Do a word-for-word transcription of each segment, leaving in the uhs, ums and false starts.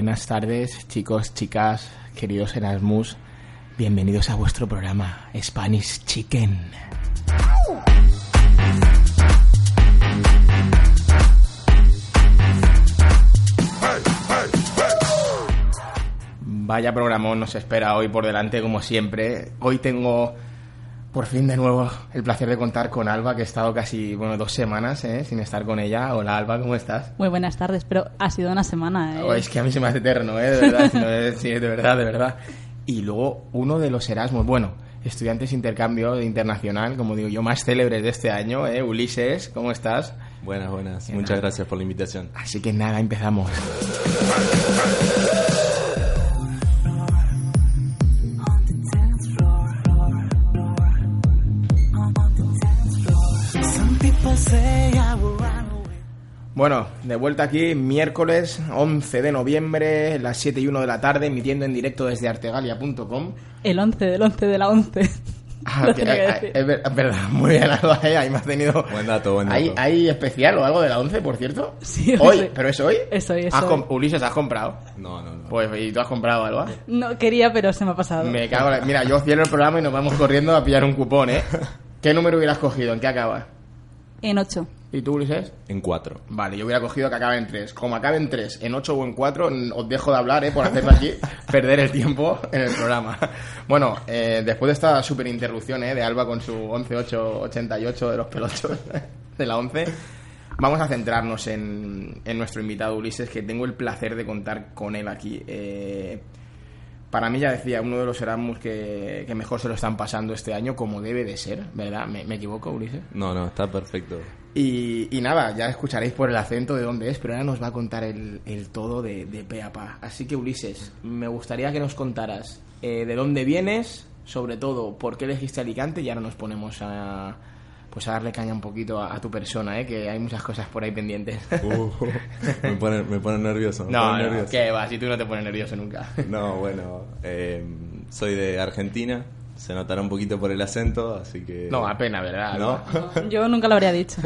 buenas tardes, chicos, chicas, queridos Erasmus. Bienvenidos a vuestro programa Spanish Chicken. Vaya programón nos espera hoy por delante, como siempre. Hoy tengo por fin de nuevo el placer de contar con Alba, que he estado casi, bueno, dos semanas ¿eh? sin estar con ella. Hola, Alba, ¿cómo estás? Muy buenas tardes, pero ha sido una semana. ¿eh? Oh, es que a mí se me hace eterno, ¿eh? De verdad, no, es, sí, de verdad, de verdad. Y luego uno de los Erasmus, bueno, estudiantes de intercambio internacional, como digo yo, más célebres de este año, ¿eh? Ulises, ¿cómo estás? Buenas, buenas. Muchas nada. gracias por la invitación. Así que nada, empezamos. Bueno, de vuelta aquí, miércoles once de noviembre, las siete y uno de la tarde, emitiendo en directo desde artegalia punto com. El once del once de la once. Ah, que, que es verdad, muy bien, Alba, ¿eh? Ahí me has tenido... Buen dato, buen dato. ¿Hay, ¿Hay especial o algo de la once, por cierto? Sí, hoy. Sí. ¿Pero es hoy? Es hoy, es ¿Has hoy. Com- Ulises, ¿has comprado? No, no, no. Pues, ¿y tú has comprado, Alba? No quería, pero se me ha pasado. Me cago en la... Mira, yo cierro el programa y nos vamos corriendo a pillar un cupón, ¿eh? ¿Qué número hubieras cogido? ¿En qué acaba? En ocho. ¿Y tú, Ulises? En cuatro. Vale, yo hubiera cogido que acabe en tres. Como acabe en tres, en ocho o en cuatro, os dejo de hablar, ¿eh? Por hacerme aquí perder el tiempo en el programa. Bueno, eh, después de esta súper interrupción, ¿eh? De Alba con su once ocho ochenta y ocho de los pelochos de la once, vamos a centrarnos en, en nuestro invitado Ulises, que tengo el placer de contar con él aquí. Eh... Para mí, ya decía, uno de los Erasmus que, que mejor se lo están pasando este año, como debe de ser, ¿verdad? ¿Me, me equivoco, Ulises? No, no, está perfecto. Y, y nada, ya escucharéis por el acento de dónde es, pero ahora nos va a contar el, el todo de, de pe a pa. Así que, Ulises, me gustaría que nos contaras eh, de dónde vienes, sobre todo por qué elegiste Alicante, y ahora nos ponemos a... pues a darle caña un poquito a, a tu persona, ¿eh? Que hay muchas cosas por ahí pendientes. Uh, me pone, me pone nervioso. Me no, pone no, nervioso. ¿qué va? Si tú no te pones nervioso nunca. No, bueno, eh, soy de Argentina, se notará un poquito por el acento, así que... No, apenas, ¿verdad? ¿No? No, yo nunca lo habría dicho.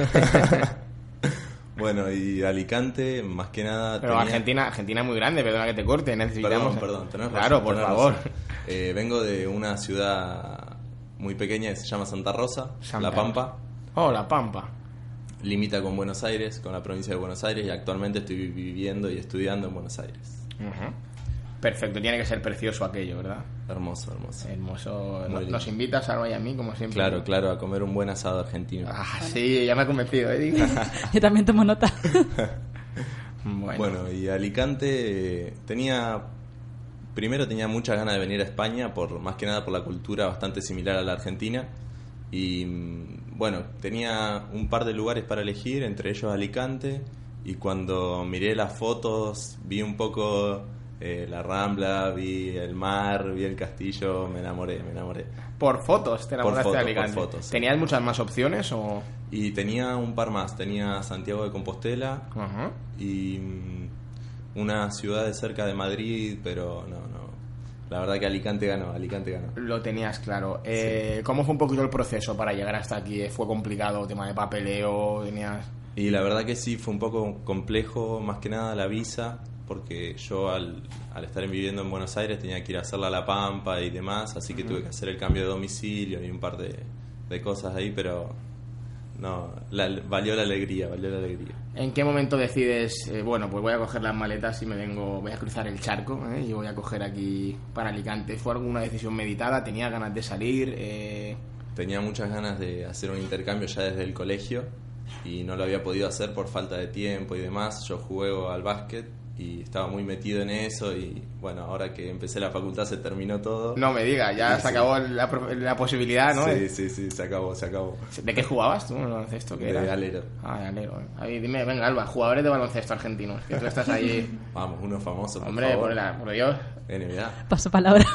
Bueno, y Alicante, más que nada... Pero tenía... Argentina, Argentina es muy grande, perdona que te corte, necesitamos... Perdón, perdón, tenés razón. Claro, por tenés favor. razón. Eh, vengo de una ciudad muy pequeña que se llama Santa Rosa, Santa La Pampa. Oh, La Pampa. Limita con Buenos Aires, con la provincia de Buenos Aires, y actualmente estoy viviendo y estudiando en Buenos Aires. Uh-huh. Perfecto, tiene que ser precioso aquello, ¿verdad? Hermoso, hermoso. Hermoso. Muy Nos, lindo. nos invitas a Alba y a mí, como siempre. Claro, claro, a comer un buen asado argentino. Ah, sí, ya me ha convencido, ¿eh? Yo también tomo nota. Bueno. Bueno, y Alicante eh, tenía... Primero tenía muchas ganas de venir a España, por más que nada por la cultura bastante similar a la Argentina. Y bueno, tenía un par de lugares para elegir, entre ellos Alicante. Y cuando miré las fotos, vi un poco eh, la Rambla, vi el mar, vi el castillo, me enamoré, me enamoré. Por fotos te enamoraste Por foto, de Alicante. por fotos, sí. ¿Tenías muchas más opciones o...? Y tenía un par más, tenía Santiago de Compostela Uh-huh. y mm, una ciudad de cerca de Madrid, pero no, no. La verdad que Alicante ganó, Alicante ganó. Lo tenías claro. Eh, Sí. ¿Cómo fue un poquito el proceso para llegar hasta aquí? ¿Fue complicado? ¿Tema de papeleo? ¿Tenías...? Y la verdad que sí, fue un poco complejo, más que nada la visa, porque yo al, al estar viviendo en Buenos Aires tenía que ir a hacerla a La Pampa y demás, así que tuve que hacer el cambio de domicilio y un par de, de cosas ahí, pero no, la, valió la alegría, valió la alegría. ¿En qué momento decides, eh, bueno, pues voy a coger las maletas y me vengo, voy a cruzar el charco, ¿eh? Y voy a coger aquí para Alicante? ¿Fue alguna decisión meditada? ¿Tenías ganas de salir? Eh... Tenía muchas ganas de hacer un intercambio ya desde el colegio y no lo había podido hacer por falta de tiempo y demás. Yo juego al básquet y estaba muy metido en eso y bueno, ahora que empecé la facultad se terminó todo. No me digas, ya Sí, se sí. acabó la, la posibilidad, ¿no? Sí, sí, sí, se acabó, se acabó. ¿De qué jugabas tú en el baloncesto? ¿Qué De eras? alero. Ah, de alero. ¿eh? Ahí, dime, venga, Alba, jugadores de baloncesto argentinos, que tú estás ahí... Vamos, uno famoso, por Hombre, favor. por, la, por Dios. N B A. Paso palabra.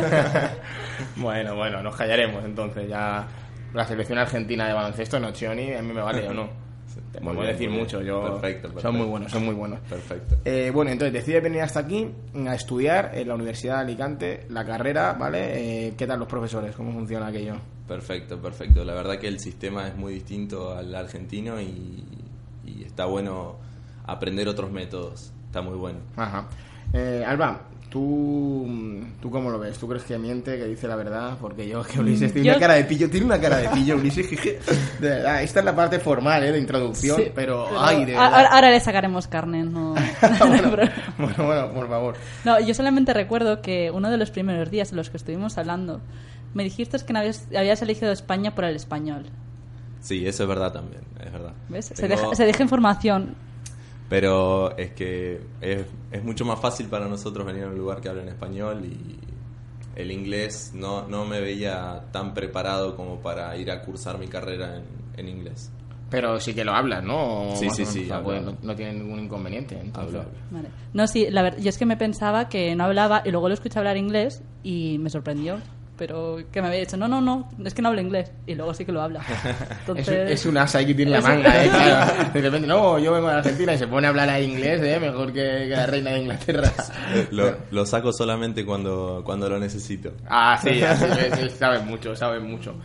Bueno, bueno, nos callaremos entonces. Ya la selección argentina de baloncesto, no, Chioni, a mí me vale o no. Te Muy puedo bien, decir muy bien. mucho, yo... Perfecto, perfecto. Son muy buenos, son muy buenos. Perfecto. Eh, bueno, entonces decides venir hasta aquí a estudiar en la Universidad de Alicante, la carrera, ¿vale? Eh, ¿Qué tal los profesores? ¿Cómo funciona aquello? Perfecto, perfecto. La verdad que el sistema es muy distinto al argentino y, y está bueno aprender otros métodos. Está muy bueno. Ajá. Eh, Alba, ¿tú, ¿tú cómo lo ves? ¿Tú crees que miente, que dice la verdad? Porque yo, que Ulises tiene Yo- una cara de pillo, tiene una cara de pillo, Ulises, que, que- de verdad, esta es la parte formal, ¿eh? De introducción, Sí, pero, pero ay, de a- verdad. ahora, ahora le sacaremos carne, no. bueno, bueno, bueno, por favor. No, yo solamente recuerdo que uno de los primeros días en los que estuvimos hablando, me dijiste que no habías, habías elegido España por el español. Sí, eso es verdad también, es verdad. ¿Ves? Se, Tengo- deja, se deja información. Pero es que es, es mucho más fácil para nosotros venir a un lugar que habla en español y el inglés no, no me veía tan preparado como para ir a cursar mi carrera en, en inglés. Pero sí que lo hablas, ¿no? O Sí, más sí, o menos, sí, ah, hablo, pues, hablo. no, no tiene ningún inconveniente. Entonces. Hablo, hablo. Vale. No, sí, la verdad, yo es que me pensaba que no hablaba y luego lo escuché hablar inglés y me sorprendió. Pero que me había dicho, no, no, no, es que no hablo inglés. Y luego sí que lo habla. Entonces, Es, es un asa ahí que tiene la Es- manga, ¿eh? Claro. De repente, no, yo vengo de Argentina y se pone a hablar ahí inglés, ¿eh? Mejor que, que la reina de Inglaterra. Eh, Lo, lo saco solamente cuando, cuando lo necesito. Ah, sí, así, sí, sí, saben mucho, saben mucho.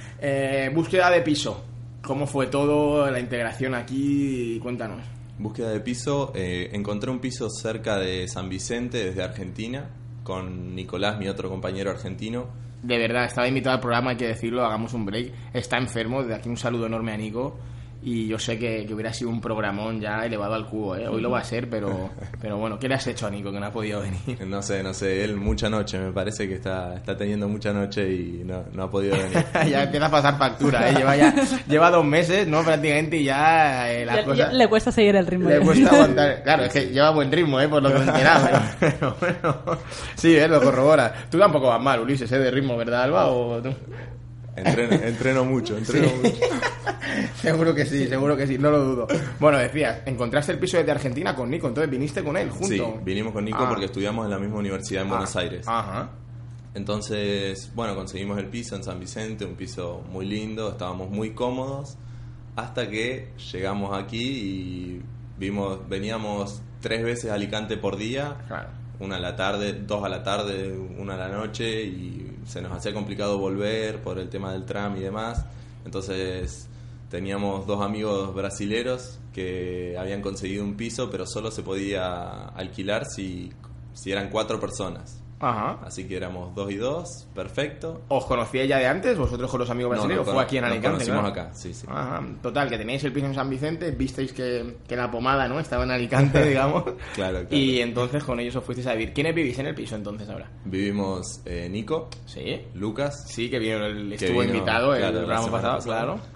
Eh, búsqueda de piso. ¿Cómo fue todo, la integración aquí? Cuéntanos. Búsqueda de piso, eh, encontré un piso cerca de San Vicente desde Argentina con Nicolás, mi otro compañero argentino. De verdad, estaba invitado al programa, hay que decirlo, hagamos un break. Está enfermo, desde aquí un saludo enorme a Nico. Y yo sé que, que hubiera sido un programón ya elevado al cubo, ¿eh? Hoy lo va a ser, pero, pero bueno, ¿qué le has hecho a Nico que no ha podido venir? No sé, no sé, él mucha noche, me parece que está, está teniendo mucha noche y no, no ha podido venir. Ya empieza a pasar factura, ¿eh? Lleva, ya, lleva dos meses, ¿no? Prácticamente y ya eh, las ya- cosas... ya le cuesta seguir el ritmo. Le ya. cuesta aguantar. Claro, es que lleva buen ritmo, ¿eh? Por lo que me he enterado. Pero, pero bueno. Sí, ¿eh? Lo corrobora. Tú tampoco vas mal, Ulises, ¿eh? De ritmo, ¿verdad, Alba? ¿O tú? Entreno, entreno mucho, entreno Sí. mucho. Seguro que sí, seguro que sí, no lo dudo. Bueno, decías, encontraste el piso desde Argentina con Nico, entonces viniste con él, junto. Sí, vinimos con Nico Ah. porque estudiamos en la misma universidad en Buenos Ah, Aires. Ajá. Entonces, bueno, conseguimos el piso en San Vicente, un piso muy lindo, estábamos muy cómodos, hasta que llegamos aquí y vimos, veníamos tres veces a Alicante por día, Claro. una a la tarde, dos a la tarde, una a la noche, y se nos hacía complicado volver por el tema del tram y demás. Entonces teníamos dos amigos brasileros que habían conseguido un piso, pero solo se podía alquilar si, si eran cuatro personas. Ajá. Así que éramos dos y dos, perfecto. ¿Os conocíais ya de antes, vosotros con los amigos No, brasileños? no, ¿Fue aquí en nos Alicante? conocimos claro? acá, sí, sí. Ajá. Total, que teníais el piso en San Vicente, visteis que, que la pomada, ¿no? Estaba en Alicante, digamos. Claro, claro. Y entonces con ellos os fuisteis a vivir. ¿Quiénes vivís en el piso entonces ahora? Vivimos eh, Nico, Sí. Lucas, Sí, que vino, el- que estuvo vino, invitado el claro, la programa semana pasado, pasada, claro.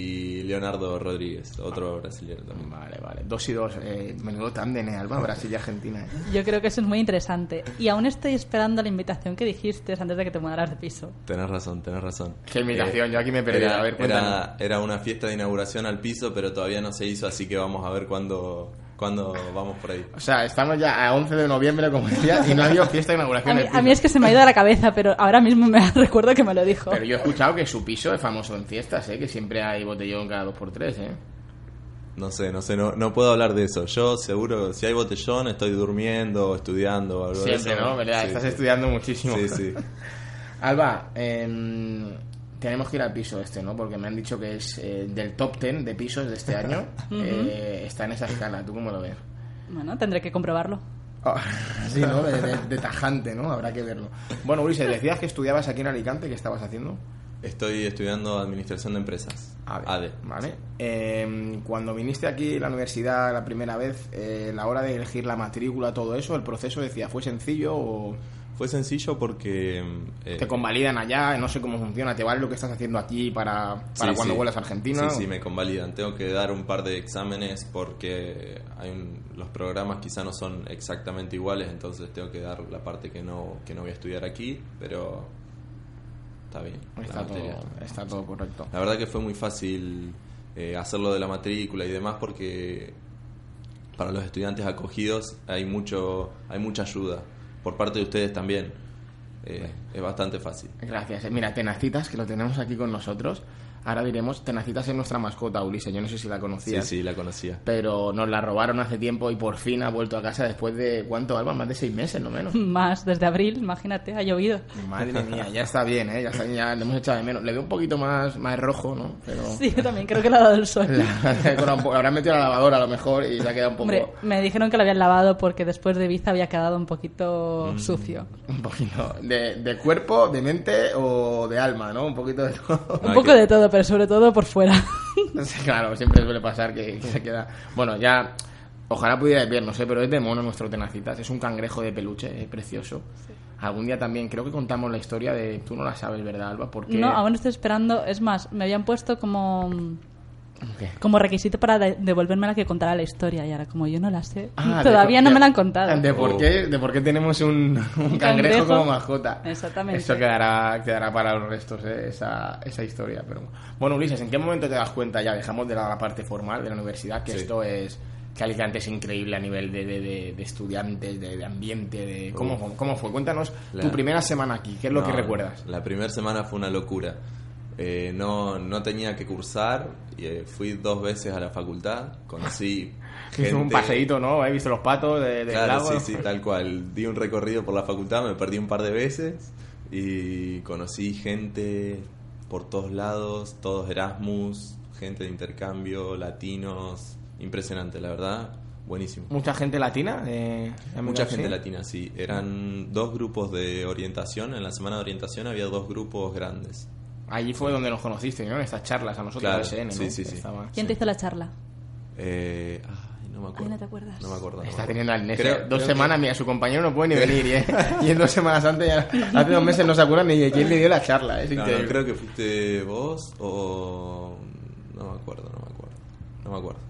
y Leonardo Rodríguez, otro brasileño también. Vale, vale. Dos y dos. Eh, menudo tándem, ¿eh, Alba? Brasil y Argentina, ¿eh? Yo creo que eso es muy interesante. Y aún estoy esperando la invitación que dijiste antes de que te mudaras de piso. Tenés razón, tenés razón. Qué invitación, yo aquí me he perdido. Era, A ver, cuéntanos. era, era una fiesta de inauguración al piso, pero todavía no se hizo, así que vamos a ver cuándo, cuándo vamos por ahí. O sea, estamos ya a once de noviembre, como decía, y no ha habido fiesta de inauguración A mí, del a piso. mí es que se me ha ido de la cabeza, pero ahora mismo me recuerdo que me lo dijo. Pero yo he escuchado que su piso es famoso en fiestas, ¿eh? Que siempre hay botellón cada dos por tres, ¿eh? No sé, no sé, no, no puedo hablar de eso. Yo seguro, si hay botellón, estoy durmiendo, estudiando o algo de Siempre, eso. ¿no? ¿Verdad? Sí, Estás sí. estudiando muchísimo. Sí, sí. Alba, em, tenemos que ir al piso este, ¿no? Porque me han dicho que es eh, del top ten de pisos de este año. eh, está en esa escala. ¿Tú cómo lo ves? Bueno, tendré que comprobarlo. Oh, sí, ¿no? De, de- de tajante, ¿no? Habrá que verlo. Bueno, Ulises, decías que estudiabas aquí en Alicante. ¿Qué estabas haciendo? Estoy estudiando Administración de Empresas. A ver, A D. Vale. Eh, cuando viniste aquí a la universidad la primera vez, eh, la hora de elegir la matrícula, todo eso, el proceso decía, ¿fue sencillo o Fue sencillo porque... eh, te convalidan allá? No sé cómo funciona. ¿Te vale lo que estás haciendo aquí para, para sí, cuando sí. vuelas a Argentina? Sí, sí, me convalidan. Tengo que dar un par de exámenes porque hay un- los programas quizá no son exactamente iguales, entonces tengo que dar la parte que no, que no voy a estudiar aquí, pero está bien. la Está, materia. todo, está todo correcto. La verdad que fue muy fácil eh, hacerlo de la matrícula y demás porque para los estudiantes acogidos hay mucho hay mucha ayuda por parte de ustedes también. Eh, es bastante fácil. Gracias. Eh, Mira, Tenacitas, que lo tenemos aquí con nosotros. Ahora diremos, Tenacitas es nuestra mascota, Ulises, yo no sé si la conocías. Sí, sí, la conocía. Pero nos la robaron hace tiempo y por fin ha vuelto a casa después de, ¿cuánto, Alba? Más de seis meses, no menos. Más, desde abril, imagínate, ha llovido. Madre mía, ya está bien, ¿eh? Ya, está, ya le hemos echado de menos. Le veo un poquito más, más rojo, ¿no? Pero... Sí, yo también creo que le ha dado el sol. Habrán metido a la lavadora a lo mejor y se ha quedado un poco... Hombre, me dijeron que lo habían lavado porque después de Ibiza había quedado un poquito Mm. sucio. Un poquito. De, de cuerpo, de mente o de alma, ¿no? Un poquito de todo. Un Ah, poco que- de todo, pero sobre todo por fuera. Sí, claro, siempre suele pasar que, que se queda... Bueno, ya... Ojalá pudierais ver, no sé, pero es de mono nuestro Tenacitas. Es un cangrejo de peluche, eh, precioso. Algún día también, creo que contamos la historia de... Tú no la sabes, ¿verdad, Alba? Porque... No, aún estoy esperando. Es más, me habían puesto como ¿Qué? como requisito para de- devolverme la que contara la historia. Y ahora, como yo no la sé, Ah, todavía de- no de- me la han contado. De por, Oh. qué, de por qué tenemos un, un cangrejo, cangrejo. como mascota. Exactamente. Esto quedará, quedará para los restos, ¿eh? esa, esa historia. Pero bueno, Ulises, ¿en qué momento te das cuenta, ya dejamos de la parte formal de la universidad, que Sí. esto es... que Alicante es increíble a nivel de, de, de, de estudiantes, de, de ambiente, de... ¿Cómo, Uf. ¿Cómo fue? Cuéntanos La- tu primera semana aquí, ¿qué es lo No, que recuerdas? La primera semana fue una locura. Eh, no, no tenía que cursar. Y, eh, fui dos veces a la facultad. Conocí gente... Hice un paseíto, ¿no? He visto los patos de, del Claro, lago. sí, sí, tal cual. Di un recorrido por la facultad, me perdí un par de veces. Y conocí gente por todos lados. Todos Erasmus, gente de intercambio, latinos. Impresionante, la verdad. Buenísimo. Mucha gente latina. Eh, Mucha amigos, gente ¿sí? latina, sí. Eran dos grupos de orientación. En la semana de orientación había dos grupos grandes. Allí fue donde nos conociste, ¿no? En estas charlas a nosotros, Claro, S N, ¿no? sí, sí, Que sí. estaba- ¿Quién te hizo la charla? Eh, ay, no me acuerdo. Ay, ¿no te acuerdas? No me acuerdo. no me Está acuerdo. teniendo al Nese. Creo- dos creo que- semanas, mira, su compañero no puede ni venir, ¿eh? Y en dos semanas antes, ya, hace dos meses no se acuerdan ni de quién le dio la charla. Es No, no, increíble. creo que fuiste vos o... No me acuerdo, no me acuerdo. No me acuerdo.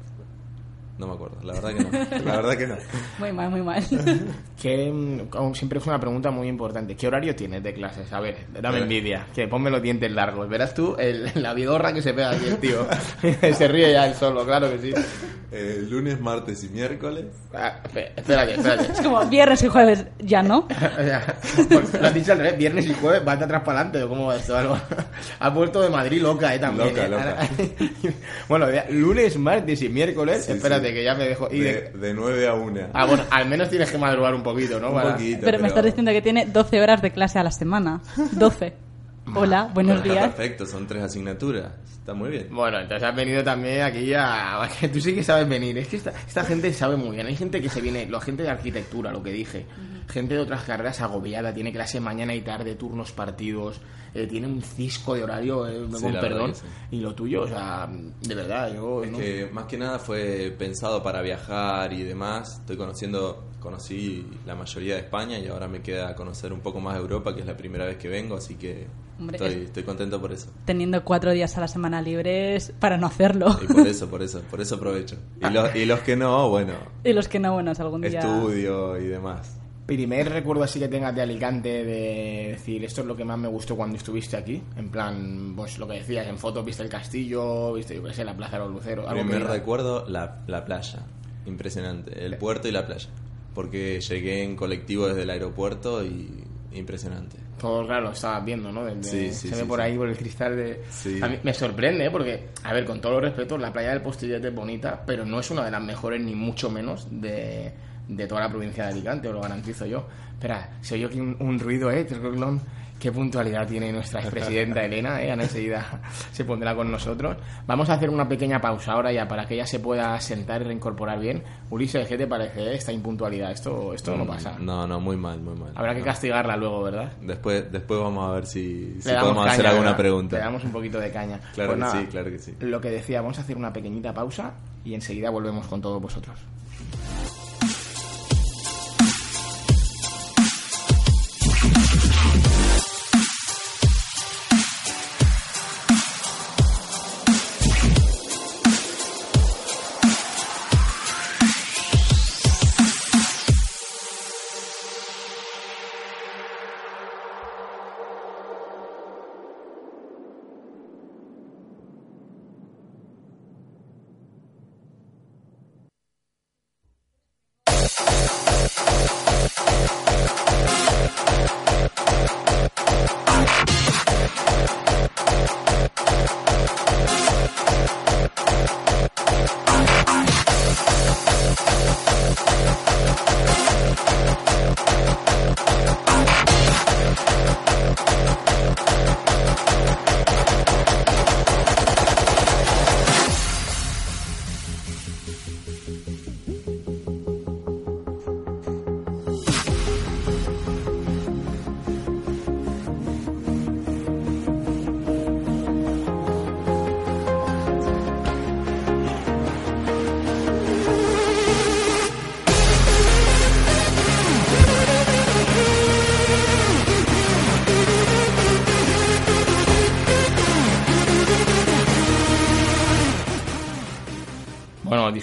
No me acuerdo, la verdad que no. La verdad que no. Muy mal, muy mal. Que mm, como siempre es una pregunta muy importante. ¿Qué horario tienes de clases? A ver, dame Eh. envidia. Que ponme los dientes largos. Verás tú el- la vidorra que se pega aquí el tío. Se ríe ya él solo, claro que sí. Eh, lunes, martes y miércoles. Ah, espé- espérate, espérate. Es como viernes y jueves, ya no. O sea, lo has dicho al revés, viernes y jueves, vas de atrás para adelante, ¿o cómo va esto? Algo? Has vuelto de Madrid loca, ¿eh? También. Loca, ¿eh? loca. Bueno, ya, lunes, martes y miércoles, Sí, espérate sí. que ya me dejo... y de- De, de nueve a una. Ah, bueno, al menos tienes que madrugar un poquito, ¿no? Un Para- poquito. Pero me estás diciendo que tiene doce horas de clase a la semana. doce. Hola, buenos Está días. perfecto, son tres asignaturas. Está muy bien. Bueno, entonces has venido también aquí a... que tú sí que sabes venir. Es que esta, esta gente sabe muy bien. Hay gente que se viene... La gente de arquitectura, lo que dije. Gente de otras carreras agobiada. Tiene clase mañana y tarde, turnos partidos. eh, tiene un cisco de horario, eh, Sí, con la perdón. verdad que sí. Y lo tuyo, o sea, de verdad, yo... Es ¿no? que más que nada fue pensado para viajar y demás. Estoy conociendo, conocí la mayoría de España y ahora me queda conocer un poco más de Europa, que es la primera vez que vengo, así que Hombre, estoy, es- estoy contento por eso. Teniendo cuatro días a la semana libres para no hacerlo. Y por eso, por eso, por eso aprovecho. Y los, y los que no, bueno, Y los que no, bueno, algún día... estudio y demás. Primer recuerdo así que tengas de Alicante de decir, esto es lo que más me gustó cuando estuviste aquí. En plan, pues lo que decías, en fotos viste el castillo, viste, yo qué sé, la Plaza de los Luceros. algo Primer que digas. recuerdo, la, la playa. Impresionante. El puerto y la playa. Porque llegué en colectivo desde el aeropuerto y impresionante. Todo claro, lo estabas viendo, ¿no? Desde- Sí, sí, se ve sí, por sí. ahí, por el cristal de... Sí. A mí me sorprende, ¿eh? Porque, a ver, con todos los respetos, la playa del Postillete es bonita, pero no es una de las mejores, ni mucho menos, de, de toda la provincia de Alicante, os lo garantizo yo. Espera, se oye aquí un, un ruido, ¿eh? Triclón. Qué puntualidad tiene nuestra expresidenta Elena, ¿eh? Ana enseguida se pondrá con nosotros. Vamos a hacer una pequeña pausa ahora ya para que ella se pueda sentar y reincorporar bien. Ulises, ¿qué te parece eh, esta impuntualidad? Esto, esto no pasa. No, no, muy mal, muy mal. Habrá que No. castigarla luego, ¿verdad? Después, después vamos a ver si, si Le damos podemos hacer caña, alguna ¿verdad? pregunta. Le damos un poquito de caña. Claro Pues que nada, sí, claro que sí. Lo que decía, vamos a hacer una pequeñita pausa y enseguida volvemos con todos vosotros.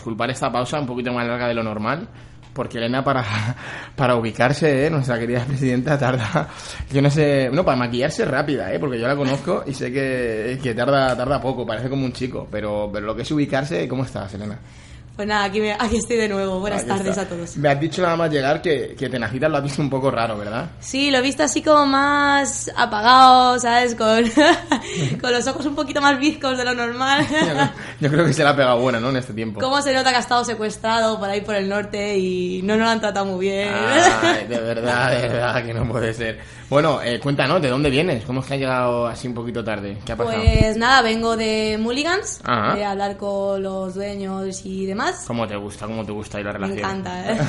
disculpar esta pausa un poquito más larga de lo normal, porque Elena para, para ubicarse, ¿eh? Nuestra querida presidenta tarda, yo no sé, no, para maquillarse rápida, ¿eh? Porque yo la conozco y sé que, que tarda, tarda poco, parece como un chico, pero, pero lo que es ubicarse, ¿cómo estás, Elena? Pues nada, aquí, me, aquí estoy de nuevo. Buenas Aquí tardes está. a todos. Me has dicho nada más llegar que, que Tenacitas lo has visto un poco raro, ¿verdad? Sí, lo he visto así como más apagado, ¿sabes? Con, con los ojos un poquito más bizcos de lo normal. Yo creo que se la ha pegado buena, ¿no? En este tiempo. Cómo se nota que ha estado secuestrado por ahí por el norte y no nos lo han tratado muy bien. Ay, de verdad, de verdad, que no puede ser. Bueno, eh, cuéntanos, ¿de dónde vienes? ¿Cómo es que has llegado así un poquito tarde? ¿Qué ha pasado? Pues nada, vengo de Mulligans, Ajá. de hablar con los dueños y demás. ¿Cómo te gusta? ¿Cómo te gusta ir la Me relación? encanta, ¿eh?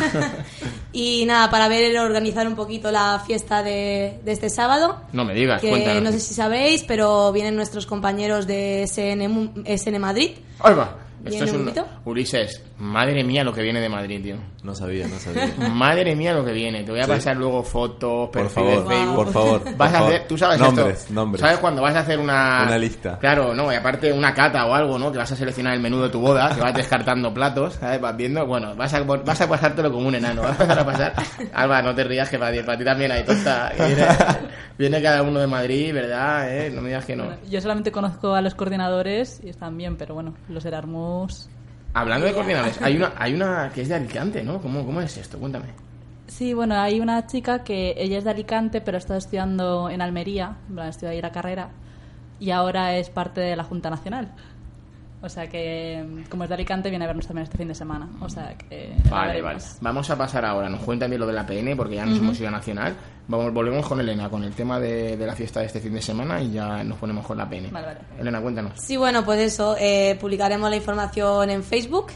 Y nada, para ver, organizar un poquito la fiesta de, de este sábado. No me digas, Que cuéntanos. no sé si sabéis, pero vienen nuestros compañeros de S N, Mu- S N Madrid. ¡Ahí va! Esto ¿Viene es un un... poquito? Ulises, madre mía lo que viene de Madrid, tío. No sabía, no sabía. Madre mía lo que viene. Te voy a ¿Sí? pasar luego fotos, Por perfiles favor, de Facebook. por favor. Vas por a favor. hacer, tú sabes nombres, esto. Nombres, ¿Sabes cuando vas a hacer una... Una lista. Claro, no, y aparte una cata o algo, ¿no? Que vas a seleccionar el menú de tu boda, que vas descartando platos, ¿sabes? Vas viendo, bueno, vas a, vas a pasártelo como un enano. Vas a empezar a pasar... Alba, no te rías, que para ti, para ti también hay tonta. Viene, viene cada uno de Madrid, ¿verdad? ¿Eh? No me digas que no. Bueno, yo solamente conozco a los coordinadores y están bien, pero bueno, los Erasmus... Hablando de coordinadores, hay una, hay una que es de Alicante, ¿no? ¿Cómo, cómo es esto? Cuéntame. Sí, bueno, hay una chica que ella es de Alicante, pero está estudiando en Almería, en plan, estudia ahí la carrera, y ahora es parte de la Junta Nacional. O sea que, como es de Alicante, viene a vernos también este fin de semana. O sea que... Vale, vale. Vamos a pasar ahora, nos cuentan bien lo de la P N, porque ya nos Uh-huh. hemos ido a Nacional. Vamos, volvemos con Elena, con el tema de, de la fiesta de este fin de semana y ya nos ponemos con la P N. Vale, vale. Elena, cuéntanos. Sí, bueno, pues eso, eh, publicaremos la información en Facebook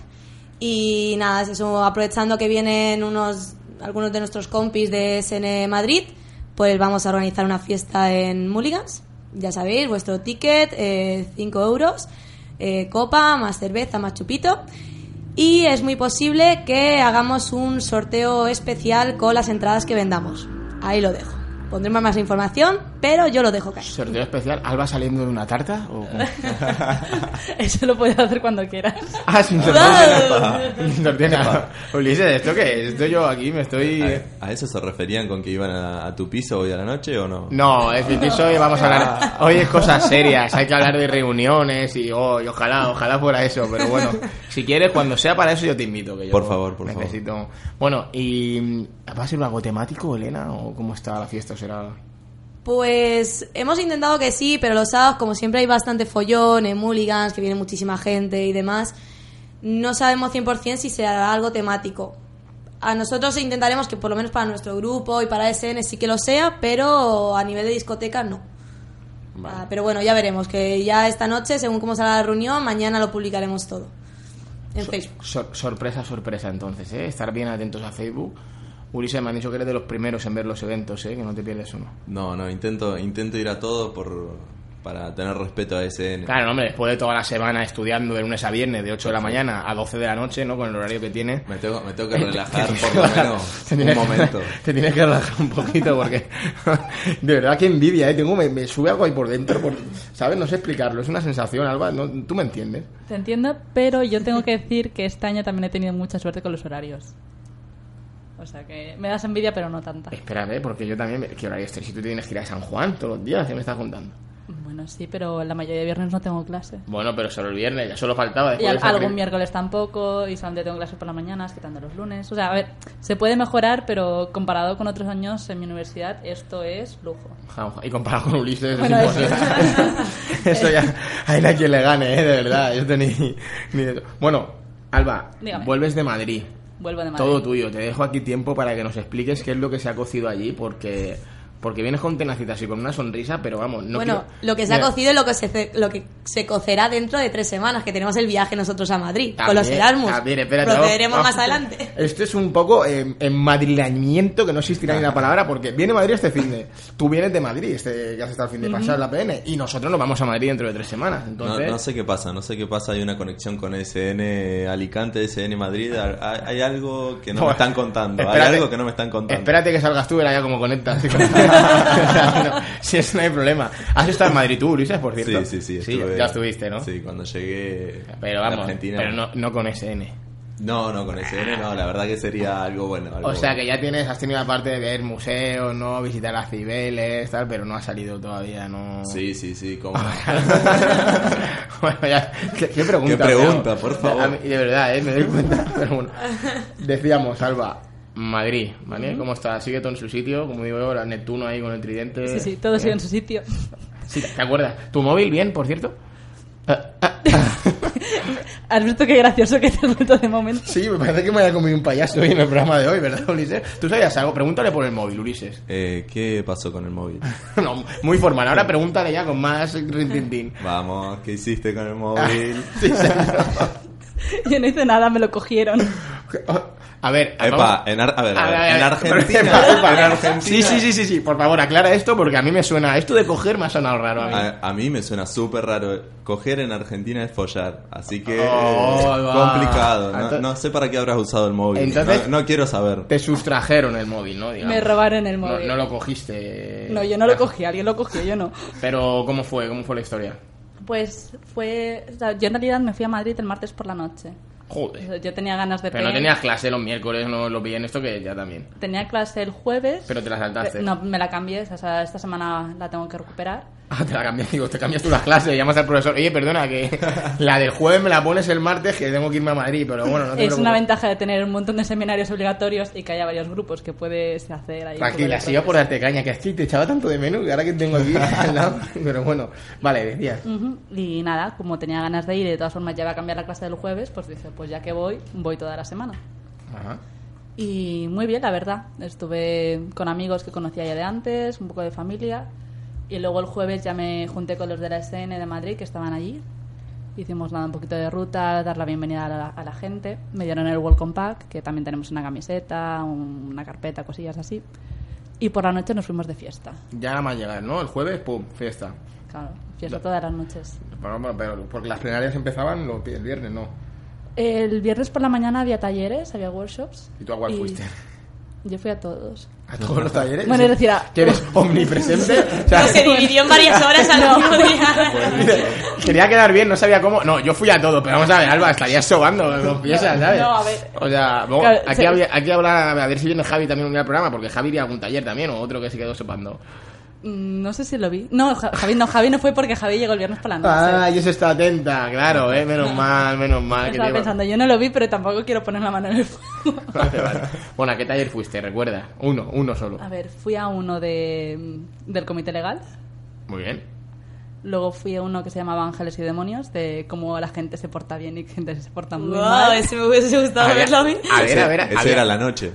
y nada, es eso, aprovechando que vienen unos algunos de nuestros compis de S N Madrid, pues vamos a organizar una fiesta en Mulligans. Ya sabéis, vuestro ticket, eh, cinco euros, eh, copa, más cerveza, más chupito. Y es muy posible que hagamos un sorteo especial con las entradas que vendamos. Ahí lo dejo. Pondremos más información, pero yo lo dejo caer. ¿Sorteo especial? ¿Alba saliendo de una tarta? ¿O cómo? Eso lo puedes hacer cuando quieras. Ah, sin sorteo. Sin sorteo nada. Ulises, ¿esto qué es? Esto yo aquí me estoy... ¿A, a eso se referían con que iban a, a tu piso hoy a la noche o no? No, es decir, hoy vamos a hablar... Hoy es cosas serias, hay que hablar de reuniones y, oh, y ojalá, ojalá fuera eso, pero bueno, si quieres, cuando sea para eso yo te invito. Que yo Por favor, por necesito... favor. Bueno, ¿y va a ser algo temático, Elena? ¿O cómo está la fiesta? ¿O será...? Pues hemos intentado que sí, pero los sábados, como siempre hay bastante follón en Mulligans, que viene muchísima gente y demás, no sabemos cien por ciento si será algo temático. A nosotros intentaremos que por lo menos para nuestro grupo y para S N sí que lo sea, pero a nivel de discoteca no. Vale. Ah, pero bueno, ya veremos, que ya esta noche, según cómo salga la reunión, mañana lo publicaremos todo en So- Facebook. sor- sorpresa, sorpresa entonces, ¿eh? Estar bien atentos a Facebook. Ulises, me han dicho que eres de los primeros en ver los eventos, ¿eh? Que no te pierdes uno. No, no, intento, intento ir a todo por, para tener respeto a S N. Claro, hombre, después de toda la semana estudiando de lunes a viernes, de ocho de la mañana a doce de la noche, ¿no? Con el horario que tiene. Me tengo, me tengo que relajar por lo menos Te un tienes- momento. Te tienes que relajar un poquito porque de verdad que envidia, ¿eh? Tengo, me, me sube algo ahí por dentro, por, ¿sabes? No sé explicarlo, es una sensación, Alba, ¿no? ¿Tú me entiendes? Te entiendo, pero yo tengo que decir que este año también he tenido mucha suerte con los horarios. O sea que me das envidia, pero no tanta. Espérate, porque yo también... ¿Qué horario estoy? Si tú tienes que ir a San Juan todos los días, ¿qué me estás contando? Bueno, sí, pero la mayoría de viernes no tengo clase. Bueno, pero solo el viernes, ya solo faltaba Y después al- de esa algún cri- miércoles tampoco, y solamente tengo clases por las mañanas, quitando los lunes. O sea, a ver, se puede mejorar, pero comparado con otros años en mi universidad, esto es lujo. San Juan. Y comparado con Ulises, Bueno, es imposible. Eso ya... Hay a quien le gane, ¿eh? De verdad. Esto ni... ni de- Bueno, Alba, Dígame. vuelves de Madrid. Vuelvo de Madrid. Todo tuyo. Te dejo aquí tiempo para que nos expliques qué es lo que se ha cocido allí, porque porque vienes con tenacitas y con una sonrisa, pero vamos, no bueno, quiero- lo que se ha Mira, cocido es lo que se, ce- lo que se cocerá dentro de tres semanas, que tenemos el viaje nosotros a Madrid, con los también, Erasmus. también, espérate, Procederemos vamos- más vamos- adelante. Esto es un poco eh, enmadrileñamiento, que no existirá ni la palabra, porque viene Madrid este fin de... Tú vienes de Madrid, este que has estado el fin de pasar la P N, y nosotros nos vamos a Madrid dentro de tres semanas, No, entonces... no sé qué pasa, no sé qué pasa. Hay una conexión con S N Alicante, S N Madrid. Hay, hay algo que no me Bueno, están contando. espérate- hay algo que no me están contando. Espérate que salgas tú, verá ya cómo conectas. O sea, no, si eso no hay problema. ¿Has estado en Madrid tú, Ulises, por cierto? Sí, sí, sí. estuve- ya estuviste, ¿no? Sí, cuando llegué Pero a vamos, Argentina. pero no, no con S N. No, no, con S N no, la verdad que sería algo bueno. Algo O sea bueno. que ya tienes, has tenido la parte de ver museos, ¿no? Visitar las Cibeles, tal, pero no ha salido todavía, ¿no? Sí, sí, sí, cómo no. Bueno, ya, ¿qué, qué pregunta? ¿Qué pregunta, pero, por favor? a mí- de verdad, ¿eh? Me doy cuenta, pero bueno. Decíamos, Alba, Madrid, ¿vale? ¿Cómo está? ¿Sigue todo en su sitio? Como digo yo, la Neptuno ahí con el tridente. Sí, sí, todo sigue en su sitio. Sí, ¿te acuerdas? ¿Tu móvil bien, por cierto? ¿Has visto qué gracioso que te has vuelto de momento? Sí, me parece que me haya comido un payaso hoy en el programa de hoy, ¿verdad, Ulises? ¿Tú sabías algo? Pregúntale por el móvil, Ulises. Eh, ¿Qué pasó con el móvil? No, muy formal. Ahora pregúntale ya con más rintintín. Vamos, ¿qué hiciste con el móvil? Sí, señor. Yo no hice nada, me lo cogieron. A ver, Epa, vamos- en, Ar- a ver, a A ver, ver, en a ver, Argentina, epa, epa. en Argentina, Sí, sí, sí, sí, sí. Por favor, aclara esto porque a mí me suena. Esto de coger me ha sonado raro a mí. A, a mí me suena súper raro. Coger en Argentina es follar, así que Oh, eh, va. complicado. No, Entonces- no sé para qué habrás usado el móvil. Entonces- no, no quiero saber. Te sustrajeron el móvil, ¿no? Digamos. Me robaron el No, móvil. no lo cogiste. No, yo no lo cogí, alguien lo cogió, yo no. Pero, ¿cómo fue? ¿Cómo fue la historia? Pues fue... o sea, yo en realidad me fui a Madrid el martes por la noche. O Joder. sea, yo tenía ganas de Pero no pegar. tenías clase los miércoles, no lo vi en esto que ya también. Tenía clase el jueves. Pero te la saltaste. No, me la cambié, o sea, esta semana la tengo que recuperar. Ah, te la cambias, digo, te cambias tú las clases, llamas al profesor. Oye, perdona, que la del jueves me la pones el martes, que tengo que irme a Madrid, pero bueno, no te Es una preocupes. ventaja de tener un montón de seminarios obligatorios y que haya varios grupos que puedes hacer ahí. un poco Tranquila, de si iba por cosas. darte caña, que aquí te echaba tanto de menos que ahora que tengo aquí al lado. Pero bueno, vale, decías. Ujú. Y nada, como tenía ganas de ir y de todas formas ya iba a cambiar la clase del jueves, pues dije, pues ya que voy, voy toda la semana. Ajá. Y muy bien, la verdad. Estuve con amigos que conocía ya de antes, un poco de familia. Y luego el jueves ya me junté con los de la S N de Madrid que estaban allí. Hicimos nada, un poquito de ruta, dar la bienvenida a la, a la gente. Me dieron el Welcome Pack, que también tenemos una camiseta, un- una carpeta, cosillas así. Y por la noche nos fuimos de fiesta. Ya nada más llegar, ¿no? El jueves, pum, fiesta. Claro, fiesta todas las noches. Bueno, bueno, pero porque las plenarias empezaban lo- el viernes, ¿no? El viernes por la mañana había talleres, había workshops. ¿Y tú a cuál fuiste? Yo fui a todos. ¿A todos los talleres? Bueno, es decir, a- ¿Que eres omnipresente? O sea, Se dividió en varias horas al mismo día. quería quedar bien, no sabía cómo. No, yo fui a todo, pero vamos a ver, Alba, estarías sobando, confiesa, ¿sabes? No, a ver. O sea, bueno, Claro, aquí, se- había, aquí habla, a ver si viene Javi también un día al programa, porque Javi iría a algún taller también, o otro que se quedó sopando. Mm, No sé si lo vi. No, Ja- Javi no, Javi no fue porque Javi llegó el viernes por la noche. Ah, y eso está atenta, claro, eh, menos mal, menos mal. que Estaba te- pensando, yo no lo vi, pero tampoco quiero poner la mano en el fuego. Vale, vale. Bueno, ¿a qué taller fuiste? Recuerda, uno, uno solo. A ver, fui a uno de, del comité legal. Muy bien. Luego fui a uno que se llamaba Ángeles y Demonios, de cómo la gente se porta bien y gente se porta muy Wow, mal. ese me hubiese gustado A ver, verlo a mí. a ver, Ese- a ver, ese había- era la noche.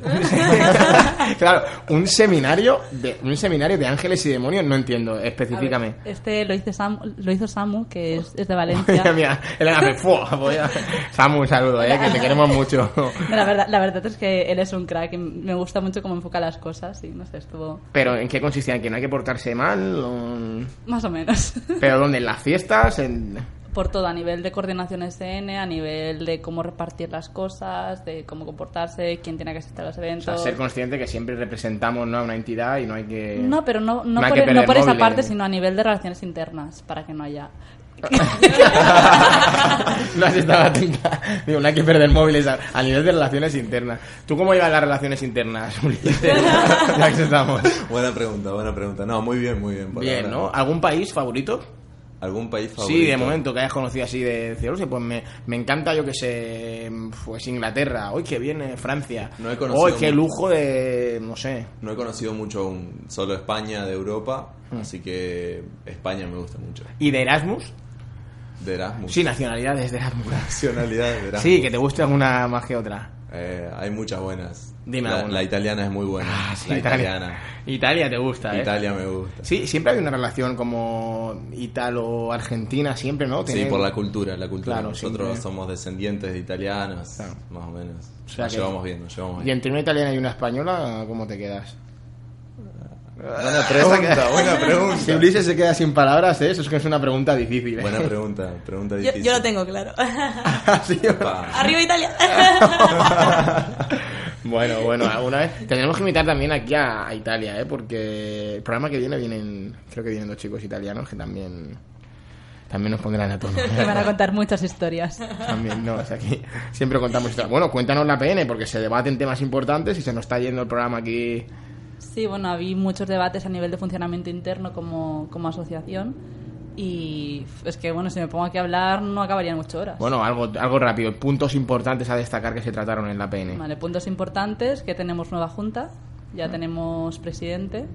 Claro, un seminario de un seminario de ángeles y demonios, no entiendo, A ver, específicame. este lo hizo, Sam, lo hizo Samu, que es, es de Mira, Valencia. mira, Elena me ¡fua! Voy a- Samu, un saludo, eh, que te queremos mucho. La verdad, la verdad es que él es un crack y me gusta mucho cómo enfoca las cosas y no sé, estuvo Pero ¿en qué consistía? ¿En que no hay que portarse mal? ¿O- más o menos. ¿Pero dónde? ¿En las fiestas? ¿En... Por todo, a nivel de coordinación S N, a nivel de cómo repartir las cosas, de cómo comportarse, quién tiene que asistir a los O eventos. sea, ser consciente que siempre representamos, ¿no?, a una entidad y no hay que... No, pero no, no, no hay por, que no perder por esa móviles. parte, sino a nivel de relaciones internas, para que no haya... No has estado atenta. Digo, no hay que perder móviles a, a nivel de relaciones internas. ¿Tú cómo llevas las relaciones internas, Ulises? Ya que estamos. Buena pregunta, buena pregunta. No, muy bien, muy bien. por Bien, ahora. ¿no? ¿Algún país favorito? ¿Algún país favorito? Sí, de momento, que hayas conocido así de decir, "Oye, pues me, me encanta, yo que sé, pues Inglaterra, hoy que viene Francia, No he conocido hoy qué mucho. lujo de, no sé, No he conocido mucho un, solo España de Europa, Mm. así que España me gusta mucho. y de Erasmus, De Erasmus. sí, nacionalidades de Erasmus, Nacionalidad de Erasmus. sí, que te guste alguna más que otra. Eh, hay muchas buenas. Dime la, alguna. la italiana es muy buena. Ah, sí, la Italia. italiana. Italia te gusta, ¿eh? Italia me gusta. Sí, siempre hay una relación como italo-argentina, siempre, ¿no? Sí, Tienen- por la cultura, la cultura. Claro, Nosotros siempre. somos descendientes de italianos, Claro. más o menos. O sea nos que- llevamos bien, nos llevamos Y bien. entre una italiana y una española, ¿cómo te quedas? Buena pregunta, buena pregunta. Si Ulises se queda sin palabras, ¿eh? Eso es que es una pregunta difícil, ¿eh? Buena pregunta, pregunta Yo, difícil. yo lo tengo claro. Sí, Pa. Arriba Italia. Bueno, bueno, alguna vez tendremos que invitar también aquí a, a Italia, ¿eh? Porque el programa que viene vienen, creo que vienen dos chicos italianos que también también nos pondrán a tono. Me van a contar muchas historias. También, no, es aquí siempre contamos historias. Bueno, cuéntanos la P N, porque se debaten temas importantes y se nos está yendo el programa aquí. Sí, bueno, había muchos debates a nivel de funcionamiento interno como, como asociación y es que, bueno, si me pongo aquí a hablar no acabarían ocho horas. Bueno, algo, algo rápido. Puntos importantes a destacar que se trataron en la P N. Vale, puntos importantes, que tenemos nueva junta, ya tenemos presidente.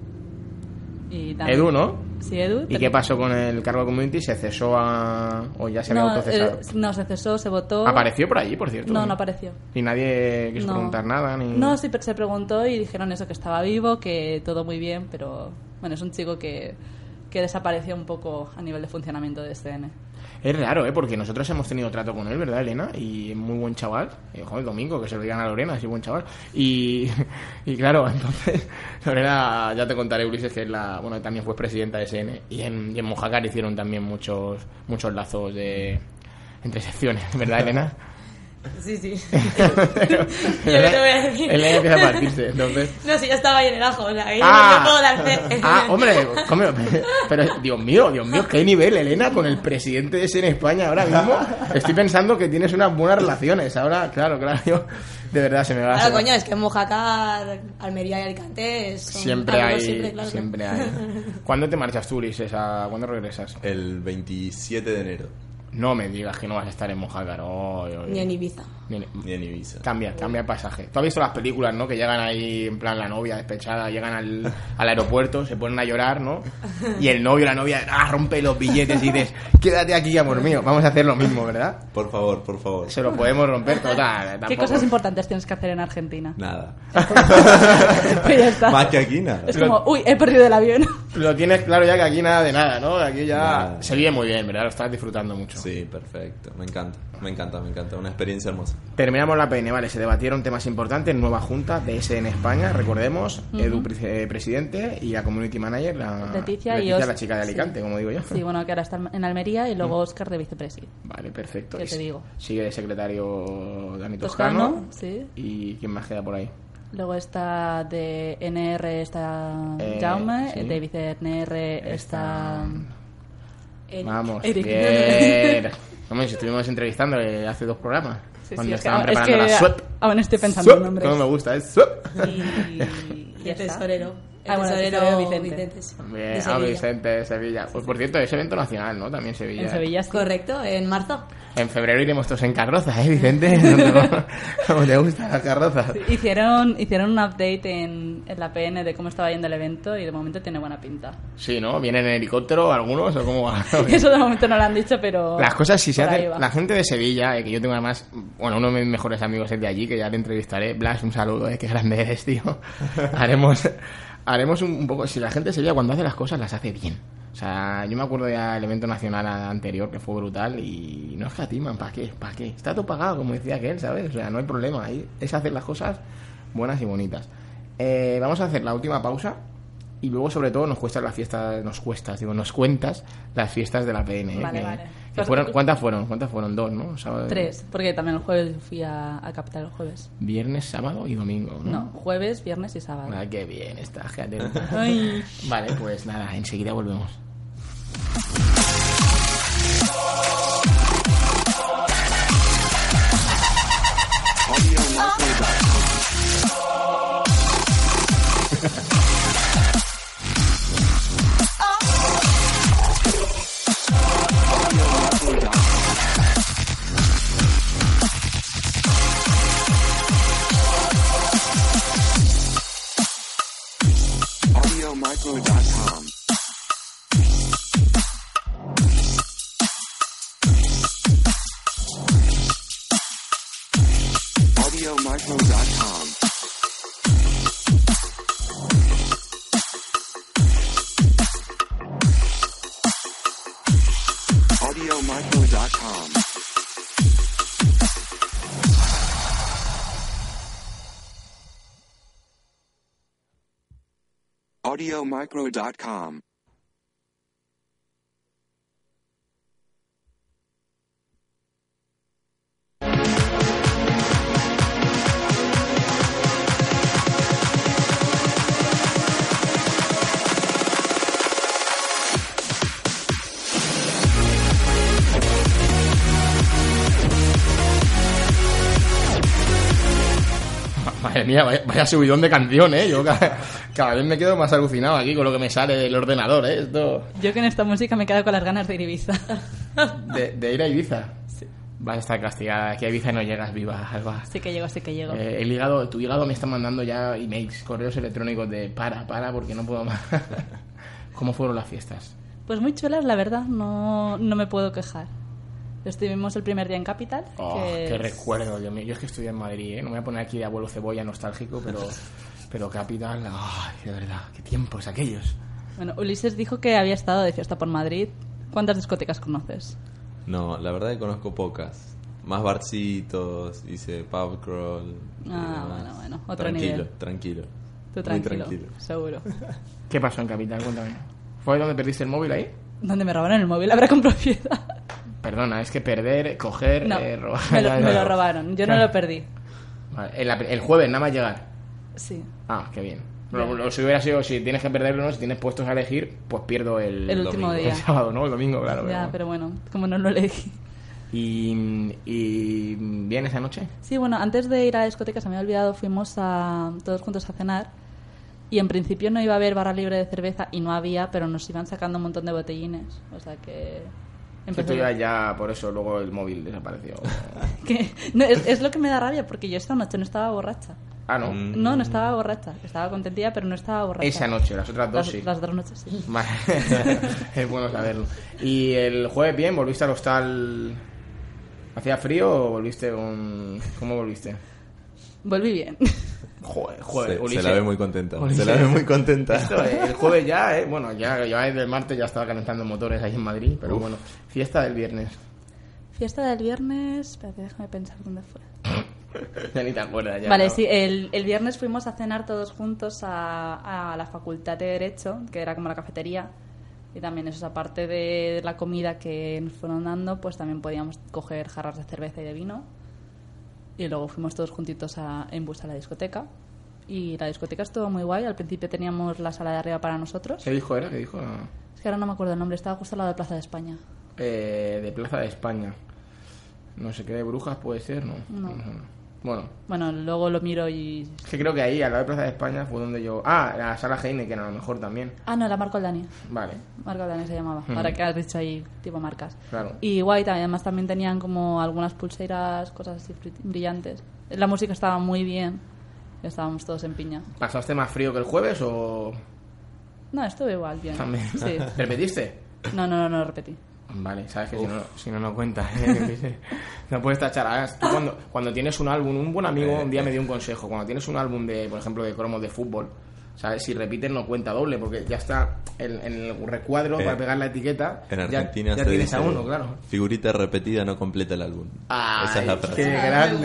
Y también, Edu, ¿no? Sí, Edu. ¿Y qué pasó con el cargo de community? ¿Se cesó a... o ya se había no, autocesado? eh, no, se cesó, se votó. ¿Apareció por allí, por cierto? No, no apareció. ¿Y nadie quiso No. preguntar nada? Ni... No, sí, se preguntó y dijeron eso, que estaba vivo, que todo muy bien, pero bueno, es un chico que, que desapareció un poco a nivel de funcionamiento de S N. Es raro, ¿eh? Porque nosotros hemos tenido trato con él, ¿verdad, Elena? Y es muy buen chaval. Eh, joder, Domingo, que se lo digan a Lorena, así buen chaval. Y, y claro, entonces, Lorena, ya te contaré, Ulises, que es la... Bueno, también fue presidenta de S N. Y en, y en Mojácar hicieron también muchos muchos lazos de... entre secciones, ¿verdad, Elena? Sí, sí. Pero, Yo no te voy a decir. Elena empieza a partirse, entonces... No, sí, ya estaba ahí en el ajo. O sea, ahí Ah, no me puedo dar fe. ah, hombre, come- pero Dios mío, Dios mío, qué nivel, Elena, con el presidente de S N España ahora mismo. Estoy pensando que tienes unas buenas relaciones. Ahora, claro, claro, yo, de verdad se me va a... Claro, coño, es que en Mojácar, Almería y Alicante son Siempre amigos hay, siempre, claro. siempre hay. ¿Cuándo te marchas tú, Ulises? ¿A- ¿Cuándo regresas? El veintisiete de enero. No me digas que no vas a estar en Mojácar. Oh, oh, oh. Ni en Ibiza. Ni en- Ni en Ibiza. Cambia, cambia el pasaje. ¿Tú has visto las películas, no? Que llegan ahí, en plan, la novia despechada, llegan al, al aeropuerto, se ponen a llorar, ¿no? Y el novio, la novia, ah, rompe los billetes y dices, quédate aquí, amor mío. Vamos a hacer lo mismo, ¿verdad? Por favor, por favor. Se lo podemos romper total. ¿Qué tampoco- cosas importantes tienes que hacer en Argentina? Nada. Pues ya está. Más que aquí, nada. Es como, uy, he perdido el avión. Lo tienes claro ya que aquí nada de nada, ¿no? Aquí ya Nada. se vive muy bien, ¿verdad? Lo estás disfrutando mucho. Sí, perfecto. Me encanta, me encanta, me encanta. Una experiencia hermosa. Terminamos la P N, vale, se debatieron temas importantes, nueva junta de S N España, recordemos, Edu pre- eh, presidente y la community manager, la Leticia y la Os- chica de Alicante, sí. como digo yo. Sí, bueno, que ahora está en Almería y luego Óscar de vicepresi. Vale, perfecto. ¿Qué Y te digo? Sigue de secretario Dani Toscano. Toscano, sí. ¿Y quién más queda por ahí? Luego está de N R está Eh, Jaume, sí. de vice N R está... Eric. Vamos, Eric. bien. Hombre, si estuvimos entrevistando eh, hace dos programas. Sí, cuando sí, es que, estaban es preparando que la SWEP. aún estoy pensando en SWEP, nombres. como me gusta, es SWEP. Y, y ya El está. tesorero. El Ah, bueno, el tesorero tesorero Vicente. Vicente. sí, Bien, de ah, Sevilla. Vicente de Sevilla. Pues por cierto, es evento nacional, ¿no? También Sevilla. En Sevilla sí. Correcto, en marzo. En febrero iremos todos en carroza, ¿eh, Vicente? ¿Cómo- ¿Cómo te gustan las carrozas? Hicieron, hicieron un update en, en la P N de cómo estaba yendo el evento y de momento tiene buena pinta. Sí, ¿no? ¿Vienen en helicóptero algunos o cómo va? Eso de momento no lo han dicho, pero... Las cosas si se por ahí hacen... va. La gente de Sevilla, eh, que yo tengo además... Bueno, uno de mis mejores amigos es de allí, que ya te entrevistaré. Blas, un saludo, eh, qué grande eres, tío. Haremos... Haremos un, un poco... Si la gente de Sevilla cuando hace las cosas las hace bien. O sea, yo me acuerdo ya del evento nacional anterior que fue brutal y no escatiman, ¿para qué? ¿Para qué? Está todo pagado, como decía aquel, ¿sabes? O sea, no hay problema. Ahí es hacer las cosas buenas y bonitas. Eh, vamos a hacer la última pausa y luego, sobre todo, nos cuesta las fiestas, nos cuestas, digo, nos cuentas las fiestas de la P N. ¿eh? Vale, que, vale. que fueron, ¿cuántas fueron? ¿Cuántas fueron? Dos, ¿no? Sábado- Tres, porque también el jueves fui a, a Capital el jueves. Viernes, sábado y domingo, ¿no? No, jueves, viernes y sábado. Ah, qué bien está, fíjate. Ay. Vale, pues nada, enseguida volvemos. audiomicro dot com. audiomicro dot com. audiomicro dot com. audiomicro dot com. Madre mía, vaya, vaya subidón de canción, ¿eh? Yo cada, cada vez me quedo más alucinado aquí con lo que me sale del ordenador, ¿eh? Esto... Yo que en esta música me quedo con las ganas de ir a Ibiza. ¿De, de ir a Ibiza? Sí. Vas a estar castigada. Aquí a Ibiza no llegas viva, Alba. Sí que llego, sí que llego. Eh, el hígado, tu hígado me está mandando ya emails, correos electrónicos de para, para, porque no puedo más. ¿Cómo fueron las fiestas? Pues muy chulas, la verdad, no, no me puedo quejar. Estuvimos el primer día en Capital. Oh, que qué es- recuerdo, Dios mío. Yo es que estudié en Madrid, ¿eh? No me voy a poner aquí de abuelo cebolla nostálgico, pero, pero Capital, ay, de verdad, qué tiempos aquellos. Bueno, Ulises dijo que había estado de fiesta por Madrid. ¿Cuántas discotecas conoces? No, la verdad que conozco pocas. Más barcitos, hice pub crawl. y Ah, demás. bueno, bueno, otro tranquilo, nivel. Tranquilo, Tú Muy tranquilo, tranquilo. seguro. ¿Qué pasó en Capital? Cuéntame. ¿Fue donde perdiste el móvil ahí? ¿Dónde me robaron el móvil? Habrá con propiedad. Perdona, es que perder, coger, No, eh, robar... me, lo, ya, me ya. lo robaron. Yo no Claro. lo perdí. Vale, el, el jueves, nada más llegar. Sí. Ah, qué bien. Lo, lo- si hubiera sido, si tienes que perderlo, ¿no? Si tienes puestos a elegir, pues pierdo el, El último domingo. día. El sábado, ¿no? El domingo, claro. Ya, pero- pero bueno, como no lo elegí. ¿Y, y bien esa noche? Sí, bueno, antes de ir a la discoteca, se me había olvidado, fuimos a, todos juntos a cenar. Y en principio no iba a haber barra libre de cerveza, y no había, pero nos iban sacando un montón de botellines. O sea que... Que empezó- tú ibas ya, por eso luego el móvil desapareció. que- no, es, es lo que me da rabia, porque yo esta noche no estaba borracha. Ah, ¿no? Mm. No, no estaba borracha. Estaba contentilla, pero no estaba borracha. Esa noche, las otras dos Las, sí. las dos noches sí. Vale. Es bueno saberlo. ¿Y el jueves bien? ¿Volviste al hostal? ¿Hacía frío o volviste con...? ¿Cómo volviste? Volví bien. Joder, joder, se, se Ulises. la ve muy contenta. Ulises. Se la ve muy contenta. Esto, eh, el jueves ya, eh, bueno, ya, ya desde el martes ya estaba calentando motores ahí en Madrid, pero Uf. bueno, fiesta del viernes. Fiesta del viernes... Espérate, déjame pensar dónde fue. Ya ni te acuerdas ya. Vale, ¿no? sí, el, el viernes fuimos a cenar todos juntos a, a la Facultad de Derecho, que era como la cafetería. Y también eso, aparte de la comida que nos fueron dando, pues también podíamos coger jarras de cerveza y de vino. Y luego fuimos todos juntitos a, en bus a la discoteca. Y la discoteca estuvo muy guay. Al principio teníamos la sala de arriba para nosotros. ¿Qué dijo era? ¿Qué dijo? Es que ahora no me acuerdo el nombre, estaba justo al lado de Plaza de España. Eh, de Plaza de España. No sé qué, de Brujas puede ser, ¿no? No. Bueno, Bueno, luego lo miro y... es que creo que ahí, al lado de Plaza de España, fue donde yo... Ah, la sala Heineken a lo mejor también. Ah, no, la Marco Aldani. Vale, Marco Aldani se llamaba. Ujú. Ahora que has dicho ahí, tipo marcas. claro. Y guay, también, además también tenían como algunas pulseras, cosas así bri- brillantes. La música estaba muy bien. Estábamos todos en piña. ¿Pasaste más frío que el jueves o...? No, estuvo igual, bien. También. Sí. ¿Repetiste? No, no, no, no repetí. Vale, sabes que si no, si no, no cuenta. ¿eh? No puedes tachar. Además, tú cuando, cuando tienes un álbum, un buen amigo un día me dio un consejo. Cuando tienes un álbum de, por ejemplo, de cromos de fútbol, ¿sabes? Si repites no cuenta doble, porque ya está en, en el recuadro Eh, para pegar la etiqueta. En ya- Argentina ya, se tienes dice, a uno, claro. figurita repetida no completa el álbum. Ay, Esa es la frase. qué Ah, grande.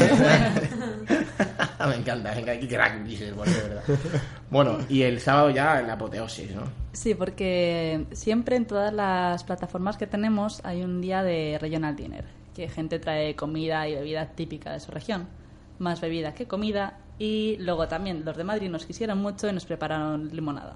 muy me encanta, venga, qué crack dices, por de verdad. Bueno, y el sábado ya en la apoteosis, ¿no? Sí, porque siempre en todas las plataformas que tenemos hay un día de regional dinner, que gente trae comida y bebida típica de su región, más bebida que comida, y luego también los de Madrid nos quisieron mucho y nos prepararon limonada.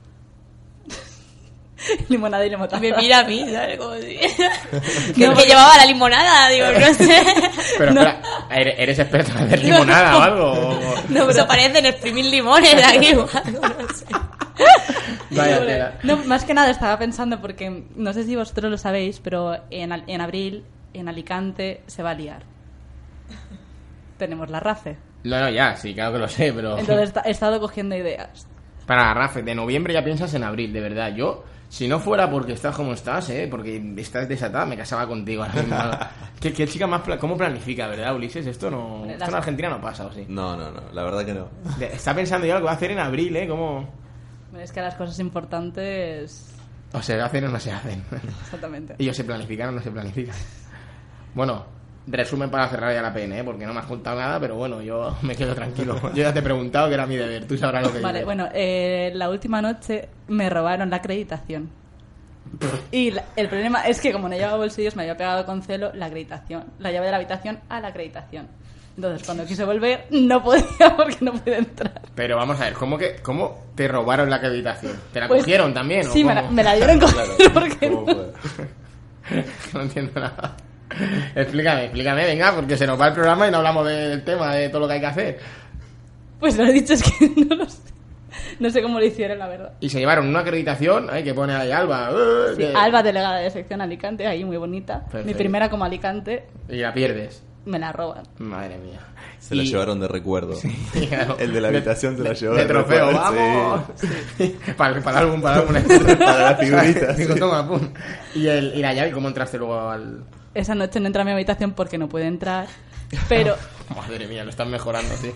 Limonada y limonada. Me mira a mí, ¿sabes? Como si... que, que llevaba la limonada, digo, no sé. Pero No. espera, ¿eres eres experto en hacer limonada o algo? O- o- No, eso parece en exprimir limones aquí o algo, no sé. Vaya tela. No, más que nada estaba pensando porque no sé si vosotros lo sabéis, pero en, al- en abril en Alicante se va a liar. Tenemos la RAFE. No, no, ya, sí, claro que lo sé, pero... Entonces esta- he estado cogiendo ideas. Para la RAFE, de noviembre ya piensas en abril, de verdad. Yo, si no fuera porque estás como estás, ¿eh? Porque estás desatada, me casaba contigo ahora mismo. ¿Qué, qué chica más... pla- ¿Cómo planifica, verdad, Ulises? Esto no... Esto en Argentina no pasa, ¿o sí? No, no, no, la verdad que no. De- Está pensando ya lo que va a hacer en abril, ¿eh? ¿Cómo...? Es que las cosas importantes... O se hacen o no se hacen. Exactamente. Ellos se planifican o no se planifican. Bueno, resumen para cerrar ya la P N, ¿eh? Porque no me has contado nada, pero bueno, yo me quedo tranquilo. Yo ya te he preguntado que era mi deber, tú sabrás lo que Vale, dices. bueno, eh, la última noche me robaron la acreditación. Y la- el problema es que como no llevaba bolsillos me había pegado con celo la acreditación, la llave de la habitación a la acreditación. Entonces cuando quise volver no podía porque no pude entrar. Pero vamos a ver, ¿cómo que cómo te robaron la acreditación? ¿Te la Pues, cogieron también? ¿o Sí, me la, cómo? me la dieron coger porque ¿Cómo no. fue? No entiendo nada. Explícame, explícame, venga, porque se nos va el programa y no hablamos del tema, de todo lo que hay que hacer. Pues lo he dicho, es que no lo sé. No sé cómo lo hicieron, la verdad. Y se llevaron una acreditación, ¿eh? Que pone ahí Alba. eh, Sí, que- Alba, delegada de sección Alicante, ahí muy bonita. Perfecto. Mi primera como Alicante, Y la pierdes. me la roban. Madre mía. Se la Y- llevaron de recuerdo. Claro. El de la habitación se la llevó De de trofeo, recuerdo, vamos. para, para el álbum, para el álbum. Para las figuritas, Digo, sí. toma, pum. Y, el, y la llave, ¿cómo entraste luego al...? Esa noche no entré a mi habitación porque no pude entrar, pero Madre mía, lo están mejorando, sí.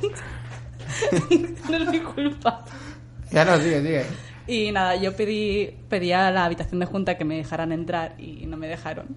no es mi culpa. Ya no, sigue, sigue. Y nada, yo pedí, pedí a la habitación de junta que me dejaran entrar y no me dejaron.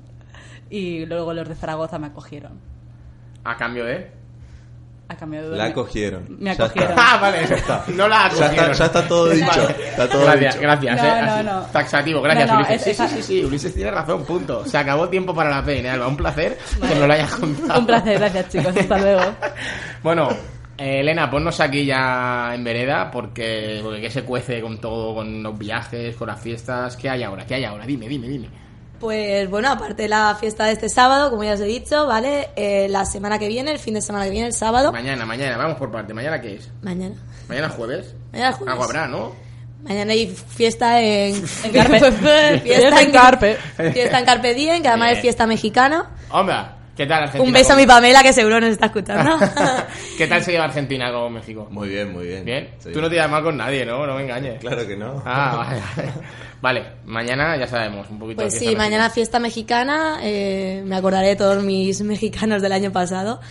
Y luego los de Zaragoza me acogieron. A cambio de... A cambio de La dormir. acogieron. Me Ya acogieron. está. Ah, vale. No la Ya acogieron. está, ya está todo dicho. Vale. Está todo Gracias, dicho. gracias. No, eh, no, así. no. Taxativo, gracias, No, no, Ulises. es- Sí, esa- sí, sí, sí, Ulises tiene razón, punto. Se acabó tiempo para la pena, Alba. Un placer que nos lo hayas contado. Un placer, gracias chicos, hasta luego. Bueno, eh, Elena, ponnos aquí ya en vereda porque, porque ¿qué se cuece con todo, con los viajes, con las fiestas? ¿Qué hay ahora? ¿Qué hay ahora? Dime, dime, dime. Pues bueno, aparte de la fiesta de este sábado, como ya os he dicho, ¿vale? Eh, la semana que viene, el fin de semana que viene, el sábado. Mañana, mañana, vamos por parte. ¿Mañana qué es? Mañana. ¿Mañana jueves? Mañana jueves. Algo habrá, ¿no? Mañana hay fiesta en... En Carpe. fiesta en Carpe. Fiesta en Carpe Diem, que además Bien. es fiesta mexicana. Hombre, ¿qué tal Argentina? Un beso a con- mi Pamela, que seguro nos está escuchando. ¿Qué tal se lleva Argentina con México? Muy bien, muy bien. Bien. Sí. Tú no te llevas mal con nadie, ¿no? No me engañes. Claro que no. Ah, vale, vale. Vale, mañana ya sabemos un poquito Pues de sí, fiesta mañana mexicana. fiesta mexicana. eh, me acordaré de todos mis mexicanos del año pasado.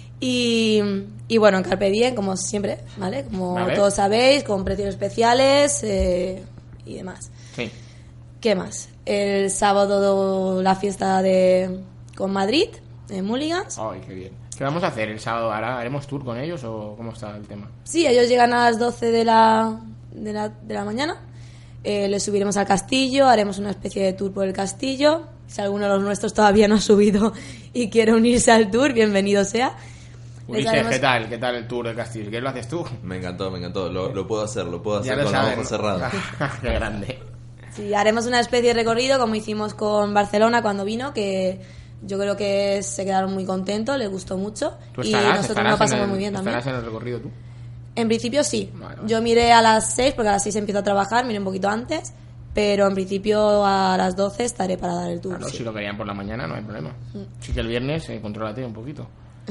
Y, y bueno, en Carpe Diem, como siempre, ¿vale? Como Vale. todos sabéis, con precios especiales eh, y demás. Sí. ¿Qué más? El sábado la fiesta de con Madrid, en Mulligans. Ay, qué bien. ¿Qué vamos a hacer el sábado? ¿Hará- ¿Haremos tour con ellos o cómo está el tema? Sí, ellos llegan a las doce de la, de la, de la mañana. Eh, les subiremos al castillo, haremos una especie de tour por el castillo. Si alguno de los nuestros todavía no ha subido y quiere unirse al tour, bienvenido sea. Les Ulises, haremos- ¿qué tal? ¿Qué tal el tour de Castillo? ¿Qué lo haces tú? Me encantó, me encantó. Lo, lo puedo hacer, lo puedo Ya hacer lo con los saben. ojos cerrados. Qué grande. Sí, haremos una especie de recorrido como hicimos con Barcelona cuando vino, que yo creo que se quedaron muy contentos, les gustó mucho. ¿Tú Y estarás, nosotros estarás nos lo pasamos en el, muy bien también. ¿Estarás en el recorrido tú? En principio sí. Vale, vale. Yo miré a las seis, porque a las seis empiezo a trabajar, miré un poquito antes, pero en principio a las doce estaré para dar el tour. Claro, sí. si lo querían por la mañana no hay problema. Sí que el viernes eh, contrólate un poquito.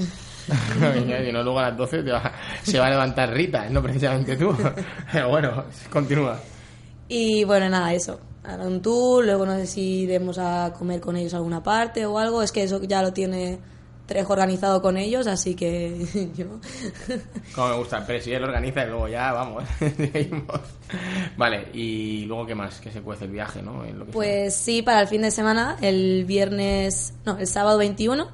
Si no, luego a las doce te va- se va a levantar Rita, no precisamente tú. Pero bueno, continúa. Y bueno, nada, eso. Hará un tour, luego no sé si iremos a comer con ellos a alguna parte o algo. Es que eso ya lo tiene Trejo organizado con ellos, así que yo... Como me gusta, pero si él organiza y luego ya vamos. Seguimos. Vale, y luego qué más, que se cuece el viaje, ¿no? En lo que Pues sí, para el fin de semana, el viernes, no, el sábado veintiuno,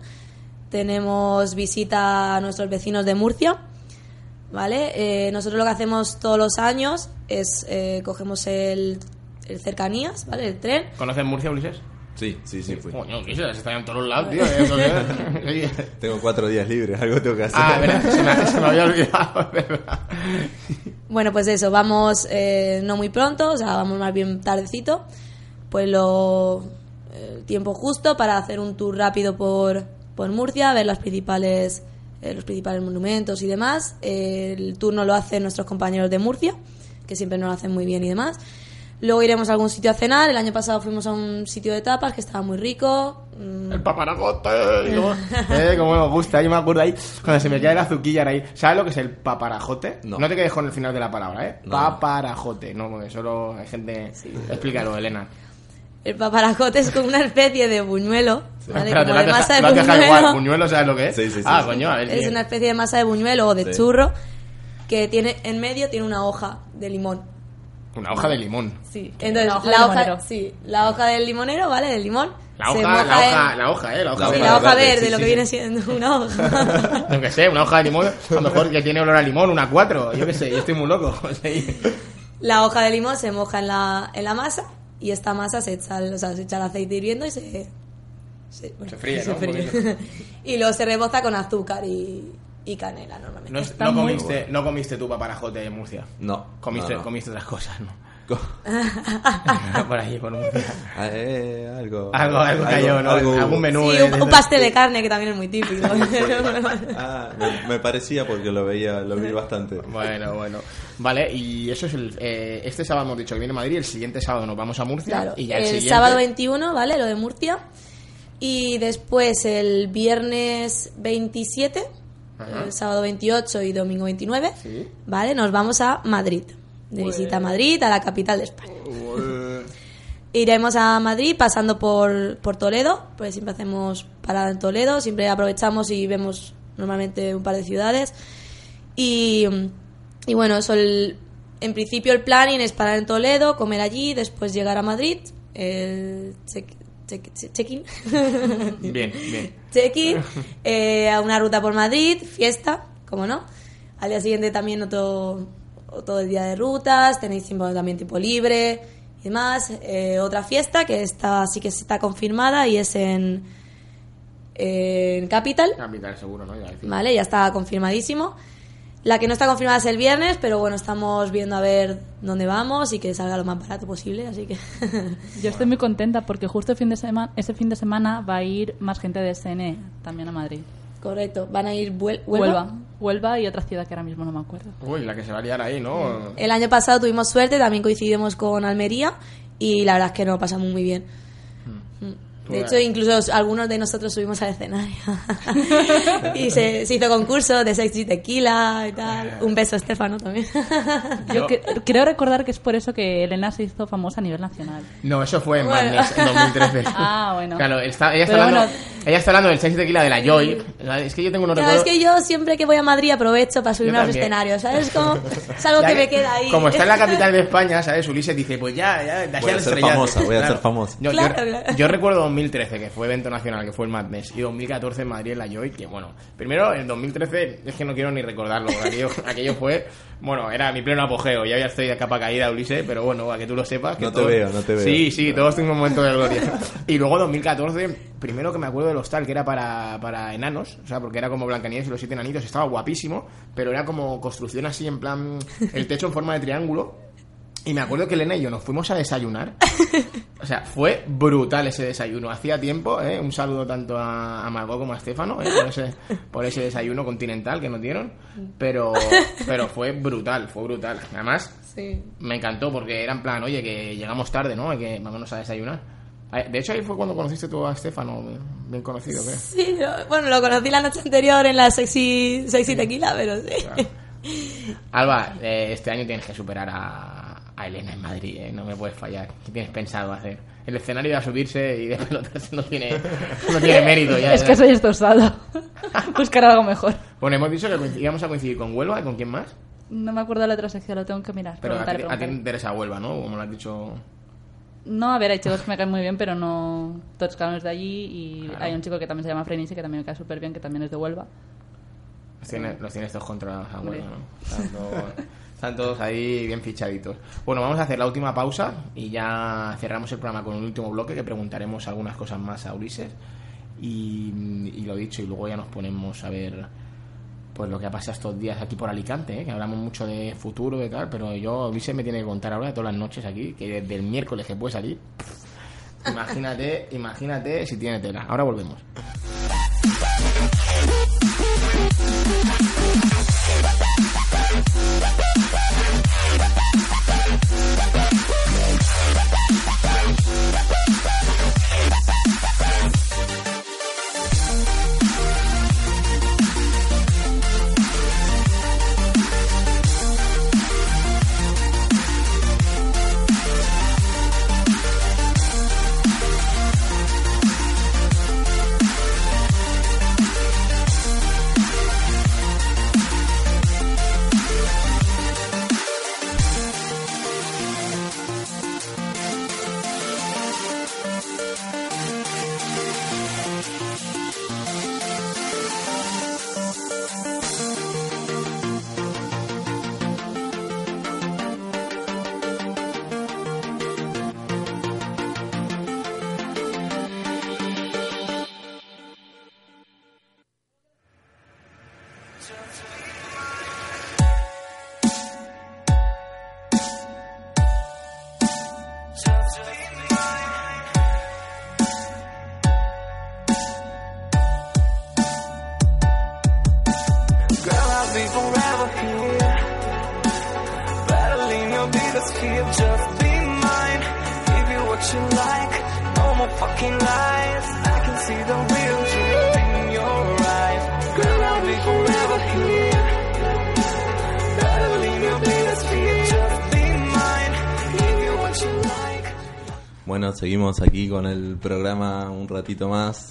tenemos visita a nuestros vecinos de Murcia, ¿vale? Eh, nosotros lo que hacemos todos los años es eh, cogemos el, el cercanías, ¿vale? El tren. sea. ¿Conoces Murcia, Ulises? Sí, sí, sí, fui. Coño, Ulises, está en todos lados, tío. ¿eh? Entonces, sí. Tengo cuatro días libres, algo tengo que hacer. Ah, verdad, se me, se me había olvidado, es verdad. Bueno, pues eso, vamos eh, no muy pronto, o sea, vamos más bien tardecito, pues lo el tiempo justo para hacer un tour rápido por, por Murcia, ver las principales, eh, los principales monumentos y demás. Eh, el tour nos lo hacen nuestros compañeros de Murcia, que siempre nos lo hacen muy bien y demás. Luego iremos a algún sitio a cenar. El año pasado fuimos a un sitio de tapas que estaba muy rico. Mm, El paparajote. y luego- Eh, como me gusta. Yo me acuerdo ahí, cuando se me cae la azuquilla ahí. ¿Sabes lo que es el paparajote? No. te quedes con el final de la palabra, ¿eh? No. Paparajote. No, porque solo hay gente... Explícalo, Elena. El paparajote es como una especie de buñuelo, ¿vale? Espérate, Como lo has de deja- masa de lo has dejado buñuelo. igual. ¿Buñuelo sabes lo que es? Sí, sí, sí, Ah, sí. coño, a ver. Es bien. una especie de masa de buñuelo o de Sí. churro que tiene en medio tiene una hoja de limón. Una hoja de limón. Sí. Entonces Una hoja la de hoja, limonero. sí, la hoja del limonero, ¿vale? Del limón. La se hoja, moja la en- hoja, la hoja, ¿eh? La hoja La sí, verde. la hoja verde, verde, sí, lo sí, que sí. viene siendo una hoja. Yo qué sé, una hoja de limón, a lo mejor que tiene olor a limón, una cuatro. Yo qué sé, yo estoy muy loco. Sí. La hoja de limón se moja en la, en la masa y esta masa se echa, al- o sea, se echa el aceite hirviendo y se se, bueno, Se fríe, se ¿no? Un fríe. poquito. Y luego se reboza con azúcar y, y canela normalmente. No, Está no muy comiste, no comiste tu paparajote en Murcia. No. Comiste, no, no. comiste otras cosas, ¿no? Por ahí, por Murcia. Ah, eh, algo, Algo, algo cayó, ¿no? algo- Algún menú. Sí, de- un, de- un pastel de carne que también es muy típico. Ah, me, me parecía porque lo veía, lo vi bastante. Bueno, bueno. Vale, y eso es el... eh, este sábado hemos dicho que viene a Madrid, el siguiente sábado nos vamos a Murcia. Claro, y ya el, el siguiente... sábado veintiuno, ¿vale? Lo de Murcia. Y después el viernes veintisiete, Ajá. el sábado veintiocho y domingo veintinueve, Sí. ¿vale? Nos vamos a Madrid. De visita a Madrid, a la capital de España. Eh, Iremos a Madrid pasando por, por Toledo, pues siempre hacemos parada en Toledo, siempre aprovechamos y vemos normalmente un par de ciudades. Y, y bueno, eso el, en principio el planning es parar en Toledo, comer allí, después llegar a Madrid, el check- check- check- check-in, Bien, bien. check-in, eh, a una ruta por Madrid, fiesta, como no. Al día siguiente también otro, todo el día de rutas, tenéis tiempo, también tiempo libre y demás. Eh, otra fiesta que está, sí que está confirmada y es en, en Capital, Capital seguro, ¿no? Ya decir. ¿vale? Ya está confirmadísimo. La que no está confirmada es el viernes, pero bueno, estamos viendo a ver dónde vamos y que salga lo más barato posible, así que... Yo estoy muy contenta porque justo el fin de semana, ese fin de semana va a ir más gente de S N E también a Madrid. Correcto, van a ir Huel- Huelva. Huelva. Huelva y otra ciudad que ahora mismo no me acuerdo. Uy, la que se va a liar ahí, ¿no? El año pasado tuvimos suerte, también coincidimos con Almería y la verdad es que nos pasamos muy bien. De hecho, incluso algunos de nosotros subimos al escenario y se, se hizo concurso de sexy tequila y tal. Un beso, Estefano, también. Yo cre- creo recordar que es por eso que Elena se hizo famosa a nivel nacional. No, eso fue en Bueno. Madness, en dos mil trece. Ah, bueno. Claro, está, ella, está Pero hablando, bueno. ella está hablando del sexy tequila de la Joy. Es que yo tengo unos Claro, recuerdos... es que yo siempre que voy a Madrid aprovecho para subirme Yo a los también. escenarios, ¿sabes? Como, es algo Ya que me queda ahí. Como está en la capital de España, ¿sabes? Ulises dice, pues ya, ya, de aquí Voy a al ser estrellato. famosa, voy a ser famosa. Yo, yo- Claro, claro. yo recuerdo dos mil trece, que fue evento nacional, que fue el Madness, y dos mil catorce en Madrid en la Joy, que bueno, primero en dos mil trece, es que no quiero ni recordarlo, porque aquello, aquello fue, bueno, era mi pleno apogeo, ya había estoy de capa caída, Ulises, pero bueno, a que tú lo sepas. Que No te todos- veo, no te veo. Sí, sí, todos tuvimos un momento de gloria. Y luego dos mil catorce, primero que me acuerdo del hostal, que era para, para enanos, o sea, porque era como Blancanieves y los siete enanitos, estaba guapísimo, pero era como construcción así, en plan, el techo en forma de triángulo. Y me acuerdo que Elena y yo nos fuimos a desayunar. O sea, fue brutal ese desayuno. Hacía tiempo, ¿eh? Un saludo tanto a, a Margot como a Estefano, ¿eh? por, ese, por ese desayuno continental que nos dieron. Pero, pero fue brutal, fue brutal. Además, Sí. me encantó porque era en plan, oye, que llegamos tarde, ¿no? Hay que vámonos a desayunar. De hecho, ahí fue cuando conociste tú a Estefano, bien conocido, ¿qué? Sí, lo- bueno, lo conocí la noche anterior en la sexy, sexy tequila, pero sí. Claro. Alba, eh, este año tienes que superar a, a Elena en Madrid, ¿eh? No me puedes fallar. ¿Qué tienes pensado hacer? El escenario de a subirse y de pelotas no tiene, no tiene mérito ya. es ¿eh? que soy destrozado. Buscar algo mejor. Bueno, hemos dicho que coinc- íbamos a coincidir con Huelva y con quién más. No me acuerdo de la otra sección, lo tengo que mirar. Pero a ti, preguntaré, a ti te preguntaré. interesa Huelva, ¿no? Como lo has dicho. No, a ver, hay chicos que me caen muy bien, pero no todos cada uno es de allí. Y Claro. hay un chico que también se llama Frenise, que también me cae súper bien, que también es de Huelva. Los tienes, los tienes todos controlados a Hombre. Huelva, ¿no? Están todos, están todos ahí bien fichaditos. Bueno, vamos a hacer la última pausa y ya cerramos el programa con un último bloque que preguntaremos algunas cosas más a Ulises. Y, y lo dicho, y luego ya nos ponemos a ver pues lo que ha pasado estos días aquí por Alicante, ¿eh? Que hablamos mucho de futuro y tal, pero yo, Ulises me tiene que contar ahora de todas las noches aquí, que desde el miércoles que puede salir. Pff, imagínate, imagínate si tiene tela. Ahora volvemos. feel, just be mine. Give you what you like, no more fucking lies. I can see the real truth in your eyes. Girl, I'll be forever here. Gotta leave your biggest fear, just be mine. Give you what you like. Bueno, seguimos aquí con el programa un ratito más.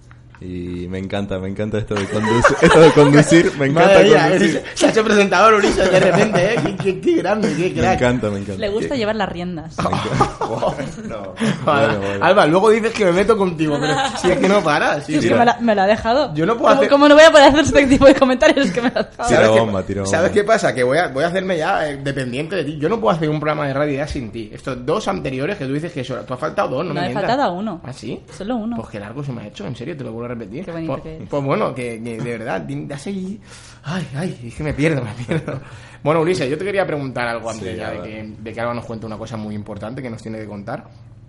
Y me encanta, me encanta esto de conducir, esto de conducir, me encanta Madre mía, conducir. eres- se ha hecho presentador Ulises de repente, ¿eh? Qué, qué- qué grande, qué Me crack. encanta, me encanta. Le gusta Que- llevar las riendas. me encanta. Bueno, Vale. bueno, bueno. Alba, luego dices que me meto contigo, pero si es que no paras. Sí, Es sí. que me la, me la ha dejado. Yo no puedo ¿Cómo, hacer- cómo no voy a poder hacer este tipo de comentarios? Es que me la ha dejado. Tira ¿Sabes qué- bomba, tira bomba. ¿Sabes qué pasa? Que voy a, voy a hacerme ya eh, dependiente de ti. Yo no puedo hacer un programa de radio ya sin ti. Estos dos anteriores que tú dices que eso, tú has faltado dos, no, No, me he mientas. faltado a uno. ¿Ah, sí? Solo uno. Pues qué largo se me ha hecho, en serio, te lo vuelvo a repetir. Qué bonito pues, que es. pues bueno, que, que de verdad, te has ahí... Ay, ay, es que me pierdo, me pierdo. Bueno, Ulises, yo te quería preguntar algo antes Sí, ya a de ver. que, de que Alba nos cuente una cosa muy importante que nos tiene que contar.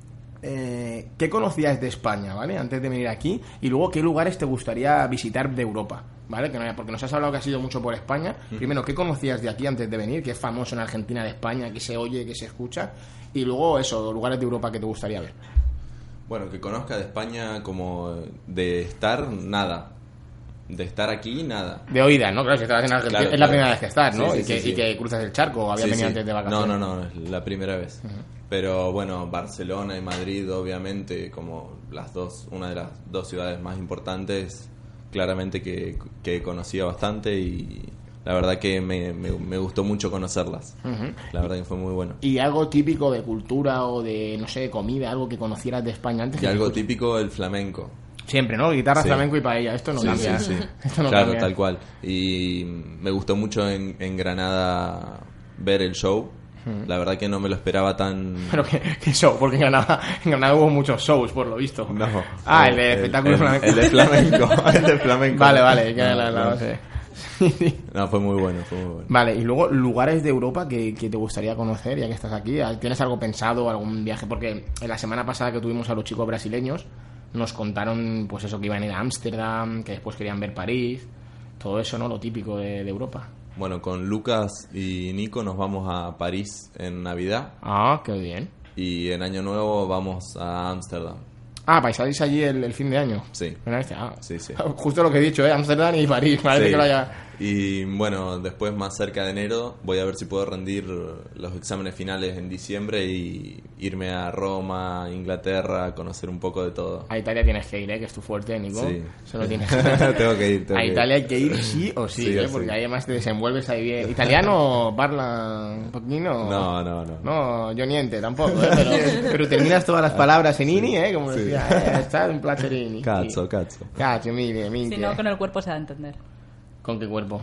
Eh, ¿Qué conocías de España, ¿vale? Antes de venir aquí, y luego qué lugares te gustaría visitar de Europa, ¿vale? Que no, porque nos has hablado que has ido mucho por España. Primero, ¿qué conocías de aquí antes de venir? ¿Qué es famoso en Argentina, de España, que se oye, que se escucha? Y luego eso, lugares de Europa que te gustaría ver. Bueno, que conozca de España como de estar, nada. De estar aquí, nada. De oídas, ¿no? Claro, si estabas en Argentina, Claro, es la claro. primera vez que estás, ¿no? Sí, sí, y, que, sí, sí. y que cruzas el charco, o había Sí, venido sí. antes de No, vacaciones. no, no, es la primera vez. Pero bueno, Barcelona y Madrid, obviamente, como las dos, una de las dos ciudades más importantes, claramente que, que conocía bastante y la verdad que me, me, me gustó mucho conocerlas. Ujú. La verdad que fue muy bueno. Y algo típico de cultura o de, no sé, comida, algo que conocieras de España antes. Y que algo escuches. típico, el flamenco. Siempre, ¿no? Guitarra, Sí. flamenco y paella. Esto no Sí, cambia. sí, sí. Esto no Claro, cambia. tal cual. Y me gustó mucho en, en Granada ver el show. La verdad que no me lo esperaba tan... Pero que, que show, porque en Granada, en Granada hubo muchos shows, por lo visto. No. Ah, el de espectáculo el, flamenco. El de flamenco. El de flamenco. Vale, vale, que No, la, la no. base. Sí, sí. No, fue muy bueno, fue muy bueno. Vale, y luego lugares de Europa que, que te gustaría conocer, ya que estás aquí. ¿Tienes algo pensado, algún viaje? Porque en la semana pasada que tuvimos a los chicos brasileños, nos contaron, pues eso, que iban a ir a Ámsterdam, que después querían ver París, todo eso, ¿no? Lo típico de, de Europa. Bueno, con Lucas y Nico nos vamos a París en Navidad Ah, qué bien. y en Año Nuevo vamos a Ámsterdam. Ah, ¿vais allí el, el fin de año? Sí. Una vez, ah, Sí, sí. Justo lo que he dicho, ¿eh? Ámsterdam y París, parece Sí. que lo haya... Y bueno, después más cerca de enero voy a ver si puedo rendir los exámenes finales en diciembre y irme a Roma, Inglaterra, conocer un poco de todo. A Italia tienes que ir, ¿eh? Que es tu fuerte, Nico. Sí. Solo tienes Tengo que ir, tengo A que ir. Italia hay que ir sí o sí, Sí o ¿eh? sí. Porque ahí además te desenvuelves ahí bien. ¿Italiano parla un poquito? No, no, no. No, yo niente tampoco, ¿eh? Pero, pero terminas todas las palabras en ini, ¿eh? Como Sí. decía, eh, está un placerini. Cazzo, cazzo. Cazzo, mire, mire. Si no, con el cuerpo se va a entender. ¿Con qué cuerpo?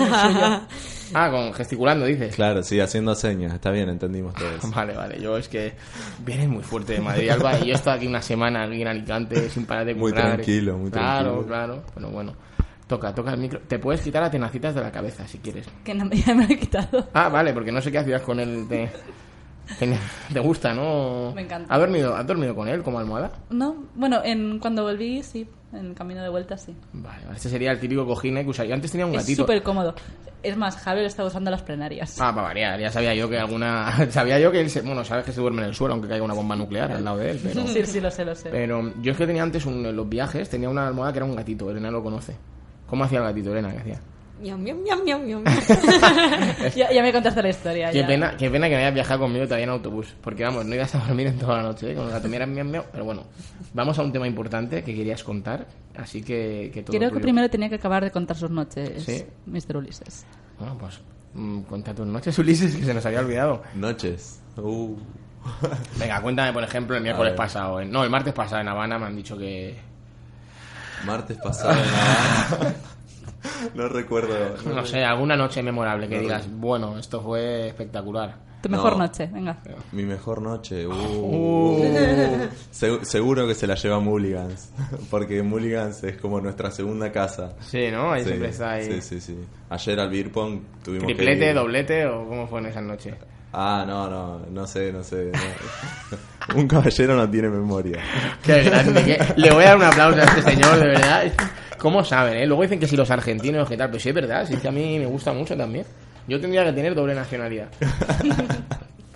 Ah, con gesticulando, dices. Claro, sí, haciendo señas. Está bien, entendimos todo eso. Vale, vale, yo es que vienes muy fuerte de Madrid, Alba, y yo he estado aquí una semana aquí en Alicante sin parar de Muy currar. tranquilo, muy claro, tranquilo. Claro, pero bueno. Toca, toca el micro. Te puedes quitar las tenacitas de la cabeza si quieres. Que no me, ya me lo he quitado. Ah, vale, porque no sé qué hacías con él. Te, te, te gusta, ¿no? Me encanta. ¿Has dormido, ¿Has dormido con él como almohada? No, bueno, en, cuando volví, sí. En el camino de vuelta, sí. Vale, este sería el típico cojín ¿eh? que usaría. Antes tenía un Es gatito. súper cómodo. Es más, Javier está usando las plenarias. Ah, para variar, ya sabía yo que alguna. Sabía yo que él se. Bueno, sabes que se duerme en el suelo aunque caiga una bomba nuclear al lado de él, pero. Sí, sí, lo sé, lo sé. Pero yo es que tenía antes un, en los viajes, tenía una almohada que era un gatito, Elena lo conoce. ¿Cómo hacía el gatito, Elena? ¿Qué hacía? Miau, miau, miau, miau, miau. ya, ya me contaste la historia. Qué ya. pena, qué pena que no hayas viajado conmigo todavía en autobús. Porque vamos, no ibas a dormir en toda la noche, ¿eh? Con el gato miau, miau, miau. Pero bueno, vamos a un tema importante que querías contar. Así que, que todo Creo que tuyo. primero tenía que acabar de contar sus noches, Sí. mister Ulises. Bueno, pues mm, cuenta tus noches, Ulises, que se nos había olvidado. Noches. Uh. Venga, cuéntame, por ejemplo, el miércoles ver. pasado. en- No, el martes pasado en Habana me han dicho que. Martes pasado en Habana. No recuerdo. No sé, alguna noche memorable que digas, bueno, esto fue espectacular. Tu mejor No. noche, venga. Mi mejor noche. Uh. Uh. Se- seguro que se la lleva Mulligans. Porque Mulligans es como nuestra segunda casa. Sí, ¿no? Ahí Sí, siempre está ahí. Sí, sí, sí. Ayer al beer pong tuvimos que ¿Triplete, ir- doblete o cómo fue en esa noche? Ah, no, no, no sé, no sé. no. Un caballero no tiene memoria. Qué grande, que... le voy a dar un aplauso a este señor, de verdad. ¿Cómo saben, eh? Luego dicen que si los argentinos, que tal, pero sí es verdad, sí es que a mí me gusta mucho también. Yo tendría que tener doble nacionalidad.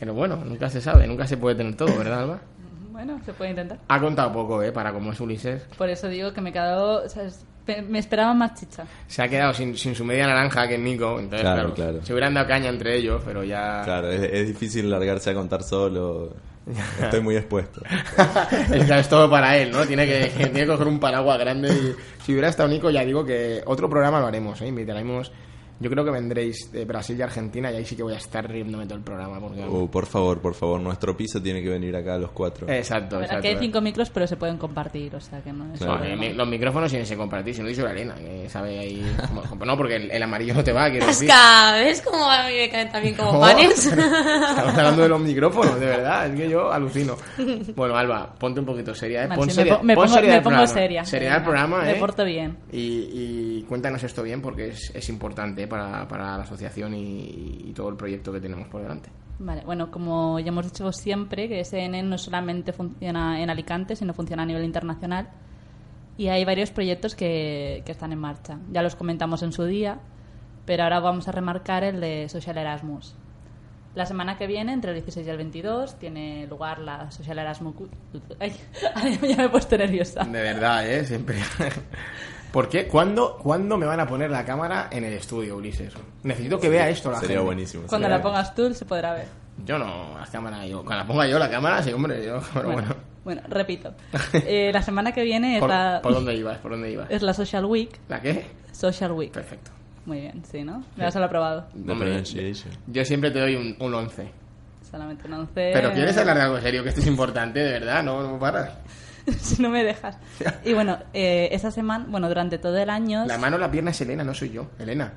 Pero bueno, nunca se sabe, nunca se puede tener todo, ¿verdad, Alba? Bueno, se puede intentar. Ha contado poco, ¿eh? Para como es Ulises. Por eso digo que me he quedado... O sea, es- pe- me esperaba más chicha. Se ha quedado sin, sin su media naranja, que es Nico. Entonces, Claro, claro, claro. se hubieran dado caña entre ellos, pero ya... Claro, es, es difícil largarse a contar solo. Estoy muy expuesto. es, que es todo para él, ¿no? Tiene que, tiene que coger un paraguas grande y si hubiera estado Nico, ya digo que otro programa lo haremos, ¿eh? Invitaremos... Yo creo que vendréis de Brasil y Argentina y ahí sí que voy a estar riéndome todo el programa. Porque... Oh, por favor, por favor, nuestro piso tiene que venir acá a los cuatro. Exacto, A ver, exacto. aquí hay cinco micros, pero se pueden compartir, o sea que no es... Claro. No, problema. eh, mi- los micrófonos tienen que compartir, si no dice la arena, que sabe ahí... como- no, porque el, el amarillo no te va, quiero decir. Asca, ¿ves cómo a mí me caen también como No, panes? Estamos hablando de los micrófonos, de verdad, es que yo alucino. Bueno, Alba, ponte un poquito seria, ¿eh? Vale, Pon sí, seria- me, po- me pon pongo, seriedad me al pongo programa. seria. Seriedad al Venga, programa, Me ¿eh? porto bien. Y, y cuéntanos esto bien porque es, es importante para, para la asociación y, y todo el proyecto que tenemos por delante. Vale, bueno, como ya hemos dicho siempre, que S N no solamente funciona en Alicante, sino funciona a nivel internacional. Y hay varios proyectos que, que están en marcha. Ya los comentamos en su día, pero ahora vamos a remarcar el de Social Erasmus. La semana que viene, entre el dieciséis y el veintidós, tiene lugar la Social Erasmus... Ay, ya me he puesto nerviosa. De verdad, ¿eh? Siempre. ¿Por qué? ¿Cuándo, ¿Cuándo me van a poner la cámara en el estudio, Ulises? Necesito que vea esto la Sería gente. buenísimo. Cuando sería la pongas tú, se podrá ver. Yo no, la cámara yo. Cuando la ponga yo la cámara, sí, hombre, yo. Pero bueno. Bueno, bueno, repito. Eh, la semana que viene es ¿Por, la, ¿Por dónde ibas? ¿Por dónde ibas? es la Social Week. ¿La qué? Social Week. Perfecto. Muy bien, sí, ¿no? Me vas a lo aprobado. The Hombre, pronunciation. yo siempre te doy un, un once. Solamente un once. Pero ¿quieres hablar de algo serio? Que esto es importante, de verdad, no, no paras. Si no me dejas. Y bueno, eh, esa semana, bueno, durante todo el año... La mano, la pierna es Elena, no soy yo. Elena.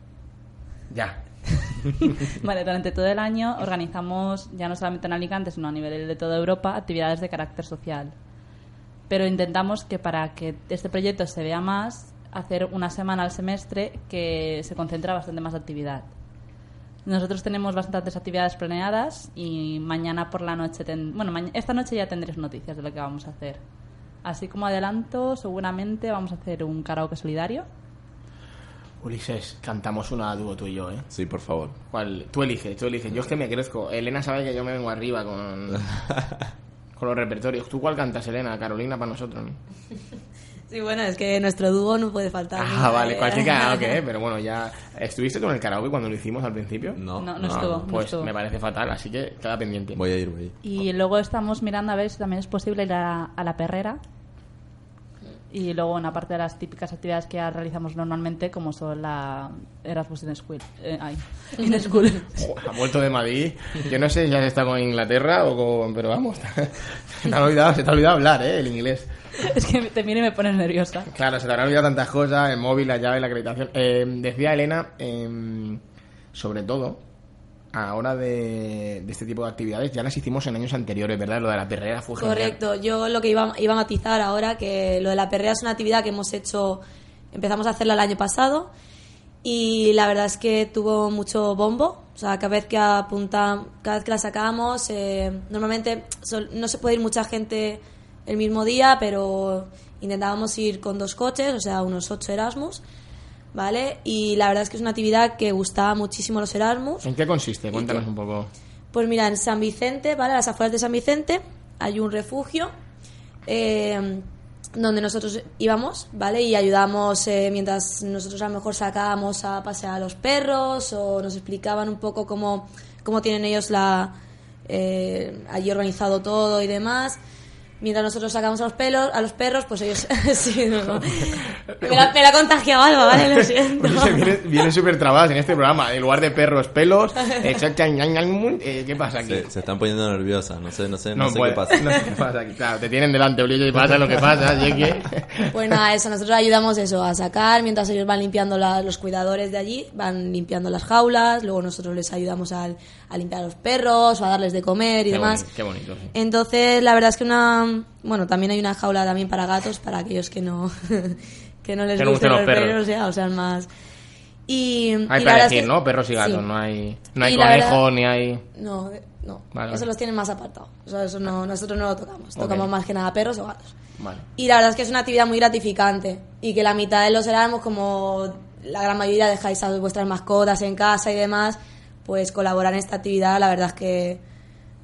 Ya. Vale, durante todo el año organizamos, ya no solamente en Alicante, sino a nivel de toda Europa, actividades de carácter social. Pero intentamos que para que este proyecto se vea más, hacer una semana al semestre que se concentra bastante más actividad. Nosotros tenemos bastantes actividades planeadas y mañana por la noche, ten... bueno, ma- esta noche ya tendréis noticias de lo que vamos a hacer. Así como adelanto, seguramente vamos a hacer un karaoke solidario. Ulises, cantamos una a dúo tú y yo, ¿eh? Sí, por favor. ¿Cuál? Tú eliges, tú eliges. Yo es que me crezco. Elena sabe que yo me vengo arriba con, con los repertorios. ¿Tú cuál cantas, Elena? Carolina para nosotros, ¿no? Sí, bueno, es que nuestro dúo no puede faltar. Ah, nunca, vale, ¿eh? cualquier karaoke, ¿eh? Pero bueno, ya... ¿Estuviste con el karaoke cuando lo hicimos al principio? No, No, no estuvo. no Pues estuvo. me parece fatal, así que queda pendiente. Voy a ir, voy a ir. Y luego estamos mirando a ver si también es posible ir a, a la perrera. Y luego una parte de las típicas actividades que ya realizamos normalmente, como son la Erasmus in School. Eh, ay, in School. Jo, ha vuelto de Madrid. Yo no sé si has estado con Inglaterra o con... Pero vamos, se te ha olvidado, se te ha olvidado hablar, ¿eh? El inglés. Es que te miro y me pones nerviosa. Claro, se te habrán olvidado tantas cosas, el móvil, la llave, la acreditación. Eh, decía Elena, eh, sobre todo, a la hora de, de este tipo de actividades, ya las hicimos en años anteriores, ¿verdad? Lo de la perrera fue genial. Correcto, yo lo que iba, iba a matizar ahora, que lo de la perrea es una actividad que hemos hecho, empezamos a hacerla el año pasado y la verdad es que tuvo mucho bombo, o sea, cada vez que apunta, cada vez que la sacamos, eh, normalmente sol- no se puede ir mucha gente el mismo día, pero intentábamos ir con dos coches, o sea, unos ocho Erasmus, ¿vale? Y la verdad es que es una actividad que gustaba muchísimo a los Erasmus. ¿En qué consiste? Cuéntanos qué? un poco. Pues mira, en San Vicente, ¿vale? A las afueras de San Vicente hay un refugio eh, donde nosotros íbamos, ¿vale? Y ayudamos eh, mientras nosotros a lo mejor sacábamos a pasear a los perros o nos explicaban un poco cómo, cómo tienen ellos la eh, allí organizado todo y demás. Mientras nosotros sacamos a los pelos, a los perros, pues ellos sí, no, no. Me la, me la ha contagiado Alba, ¿vale? Lo siento. Oye, viene, viene súper trabadas en este programa. En lugar de perros, pelos. eh, eh, ¿Qué pasa aquí? Se, se están poniendo nerviosas, no sé, no sé, no, sé puede- qué pasa. No sé qué pasa aquí. Claro, te tienen delante, Ulises, y pasa lo que pasa. Así que... Pues nada, eso, nosotros ayudamos eso, a sacar, mientras ellos van limpiando la- los cuidadores de allí, van limpiando las jaulas, luego nosotros les ayudamos al- a limpiar a los perros o a darles de comer y Qué demás. bonito, qué bonito, sí. Entonces, la verdad es que una... Bueno, también hay una jaula también para gatos, para aquellos que no que no les Que no gusten gusten los los perros. perros, ya, o sea, más... Y, y Hay la para verdad es elegir, que- ¿no? Perros y gatos, sí. no hay, no hay Y la conejo, verdad- ni hay... No, de- no. Vale, eso vale. los tienen más apartados. O sea, eso no, nosotros no lo tocamos. Ok. Tocamos más que nada perros o gatos. Vale. Y la verdad es que es una actividad muy gratificante y que la mitad de los Erasmus, como la gran mayoría dejáis a vuestras mascotas en casa y demás, pues colaborar en esta actividad, la verdad es que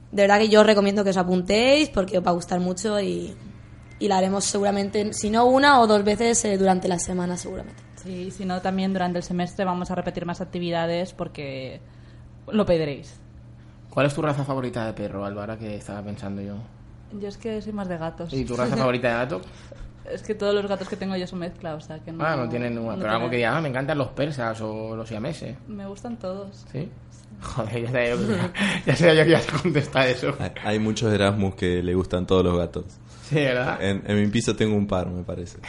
de verdad que yo os recomiendo que os apuntéis porque os va a gustar mucho y, y la haremos seguramente, si no una o dos veces eh, durante la semana seguramente. Sí, si no, también durante el semestre vamos a repetir más actividades porque lo pediréis. ¿Cuál es tu raza favorita de perro, Alba, ahora que estaba pensando yo? Yo es que soy más de gatos. ¿Y tu raza favorita de gato? Es que todos los gatos que tengo yo son mezcla, o sea que no... Ah, no tienen ninguna. no Pero algo tienen- que diga, ah, me encantan los persas o los siameses. Me gustan todos. ¿Sí? Joder, ya sabía yo que, ya sabía yo que ibas a contestar eso. Hay, hay muchos Erasmus que le gustan todos los gatos. Sí, ¿verdad? En, en mi piso tengo un par, me parece.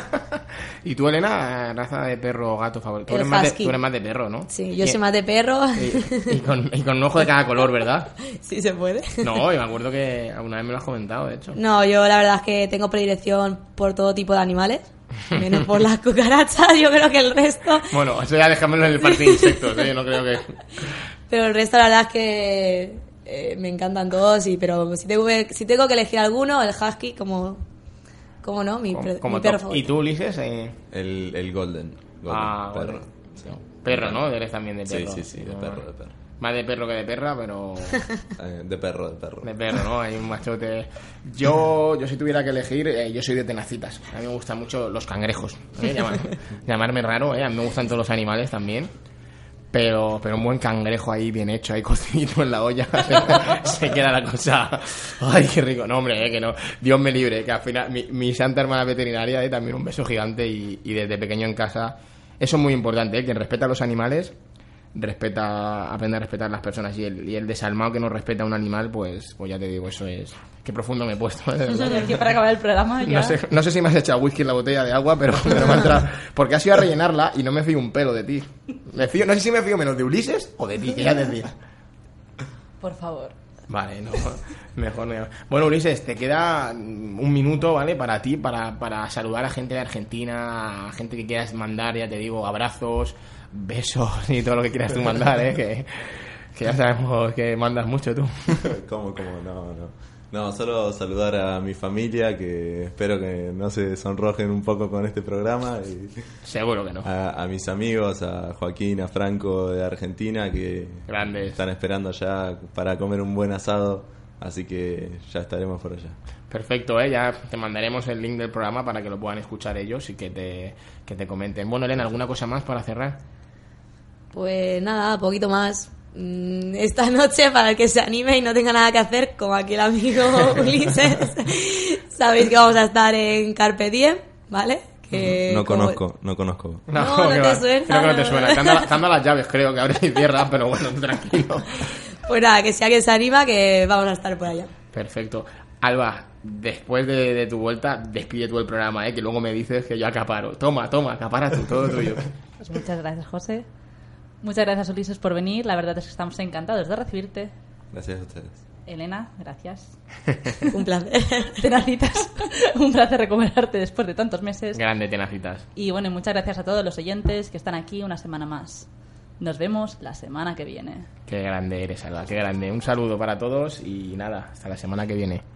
¿Y tú, Elena, raza de perro o gato favorito? Tú El eres, más de, husky. tú eres más de perro, ¿no? Sí, yo Y- soy más de perro. Y, y con, y con un ojo de cada color, ¿verdad? Sí se puede. No, y me acuerdo que alguna vez me lo has comentado, de hecho. No, yo la verdad es que tengo predilección por todo tipo de animales, menos por las cucarachas, yo creo que el resto, Bueno, eso ya déjamelo en el parque de insectos, ¿eh? Yo no creo que... pero el resto la verdad es que eh, me encantan todos, y pero si tengo, que- si tengo que elegir alguno, el husky como, como no, mi, pre- Como mi perro top. ¿Y favorito. tú, Ulises? Eh... El, el Golden. Golden, Ah, perro. bueno. Sí. Perro, ¿no? Eres también de Sí, perro. sí, sí, de No, perro, de perro. Más de perro que de perra, pero... Eh, De perro, de perro. De perro, ¿no? Hay un machote. Yo, yo si tuviera que elegir, eh, yo soy de tenacitas. A mí me gustan mucho los cangrejos. ¿eh? Llamar- llamarme raro, ¿eh? A mí me gustan todos los animales también. Pero, pero un buen cangrejo ahí bien hecho, ahí cocidito en la olla, se, se queda la cosa. Ay, qué rico. No, hombre, eh, que no. Dios me libre, que al final mi, mi santa hermana veterinaria, eh, también un beso gigante y, y desde pequeño en casa. Eso es muy importante, eh, quien respeta a los animales, respeta, aprende a respetar a las personas. Y el, y el desalmado que no respeta a un animal, pues, pues ya te digo, eso es. Qué profundo me he puesto, eh, de verdad. Aquí para acabar el programa ya... No sé, no sé si me has echado whisky en la botella de agua, pero, pero me ha entrado. Porque has ido a rellenarla y no me fío un pelo de ti. Me fío, no sé si me fío menos de Ulises o de ti, que ya te digo. Por favor. Vale, no, mejor no. Bueno, Ulises, te queda un minuto, ¿vale? Para ti, para, para saludar a gente de Argentina, a gente que quieras mandar, ya te digo, abrazos, besos y todo lo que quieras tú mandar, ¿eh? Que, que ya sabemos que mandas mucho tú. ¿Cómo, cómo? No, no. No, solo saludar a mi familia, que espero que no se sonrojen un poco con este programa. Y Seguro que no. a, a mis amigos, a Joaquín, a Franco de Argentina, que Grandes. están esperando allá para comer un buen asado. Así que ya estaremos por allá. Perfecto, ¿eh? Ya te mandaremos el link del programa para que lo puedan escuchar ellos y que te, que te comenten. Bueno, Elena, ¿alguna cosa más para cerrar? Pues nada, poquito más. Mm, Esta noche, para el que se anime y no tenga nada que hacer, como aquí el amigo Ulises, sabéis que vamos a estar en Carpe Diem, ¿vale? Que No como- conozco, no conozco. No, no que te va. suena, Creo que no te no. suena. Te ando, te ando las llaves, creo, que abres y cierras, pero bueno, tranquilo. Pues nada, que si alguien se anima, que vamos a estar por allá. Perfecto. Alba, después de, de tu vuelta, despide tú el programa, ¿eh? Que luego me dices que yo acaparo. Toma, toma, acapara tú, todo tuyo. Pues muchas gracias, José. Muchas gracias, Ulises, por venir. La verdad es que estamos encantados de recibirte. Gracias a ustedes. Elena, gracias. Un placer. Tenacitas, un placer recuperarte después de tantos meses. Grande, tenacitas. Y bueno, y muchas gracias a todos los oyentes que están aquí una semana más. Nos vemos la semana que viene. Qué grande eres, Alba, qué grande. Un saludo para todos y nada, hasta la semana que viene.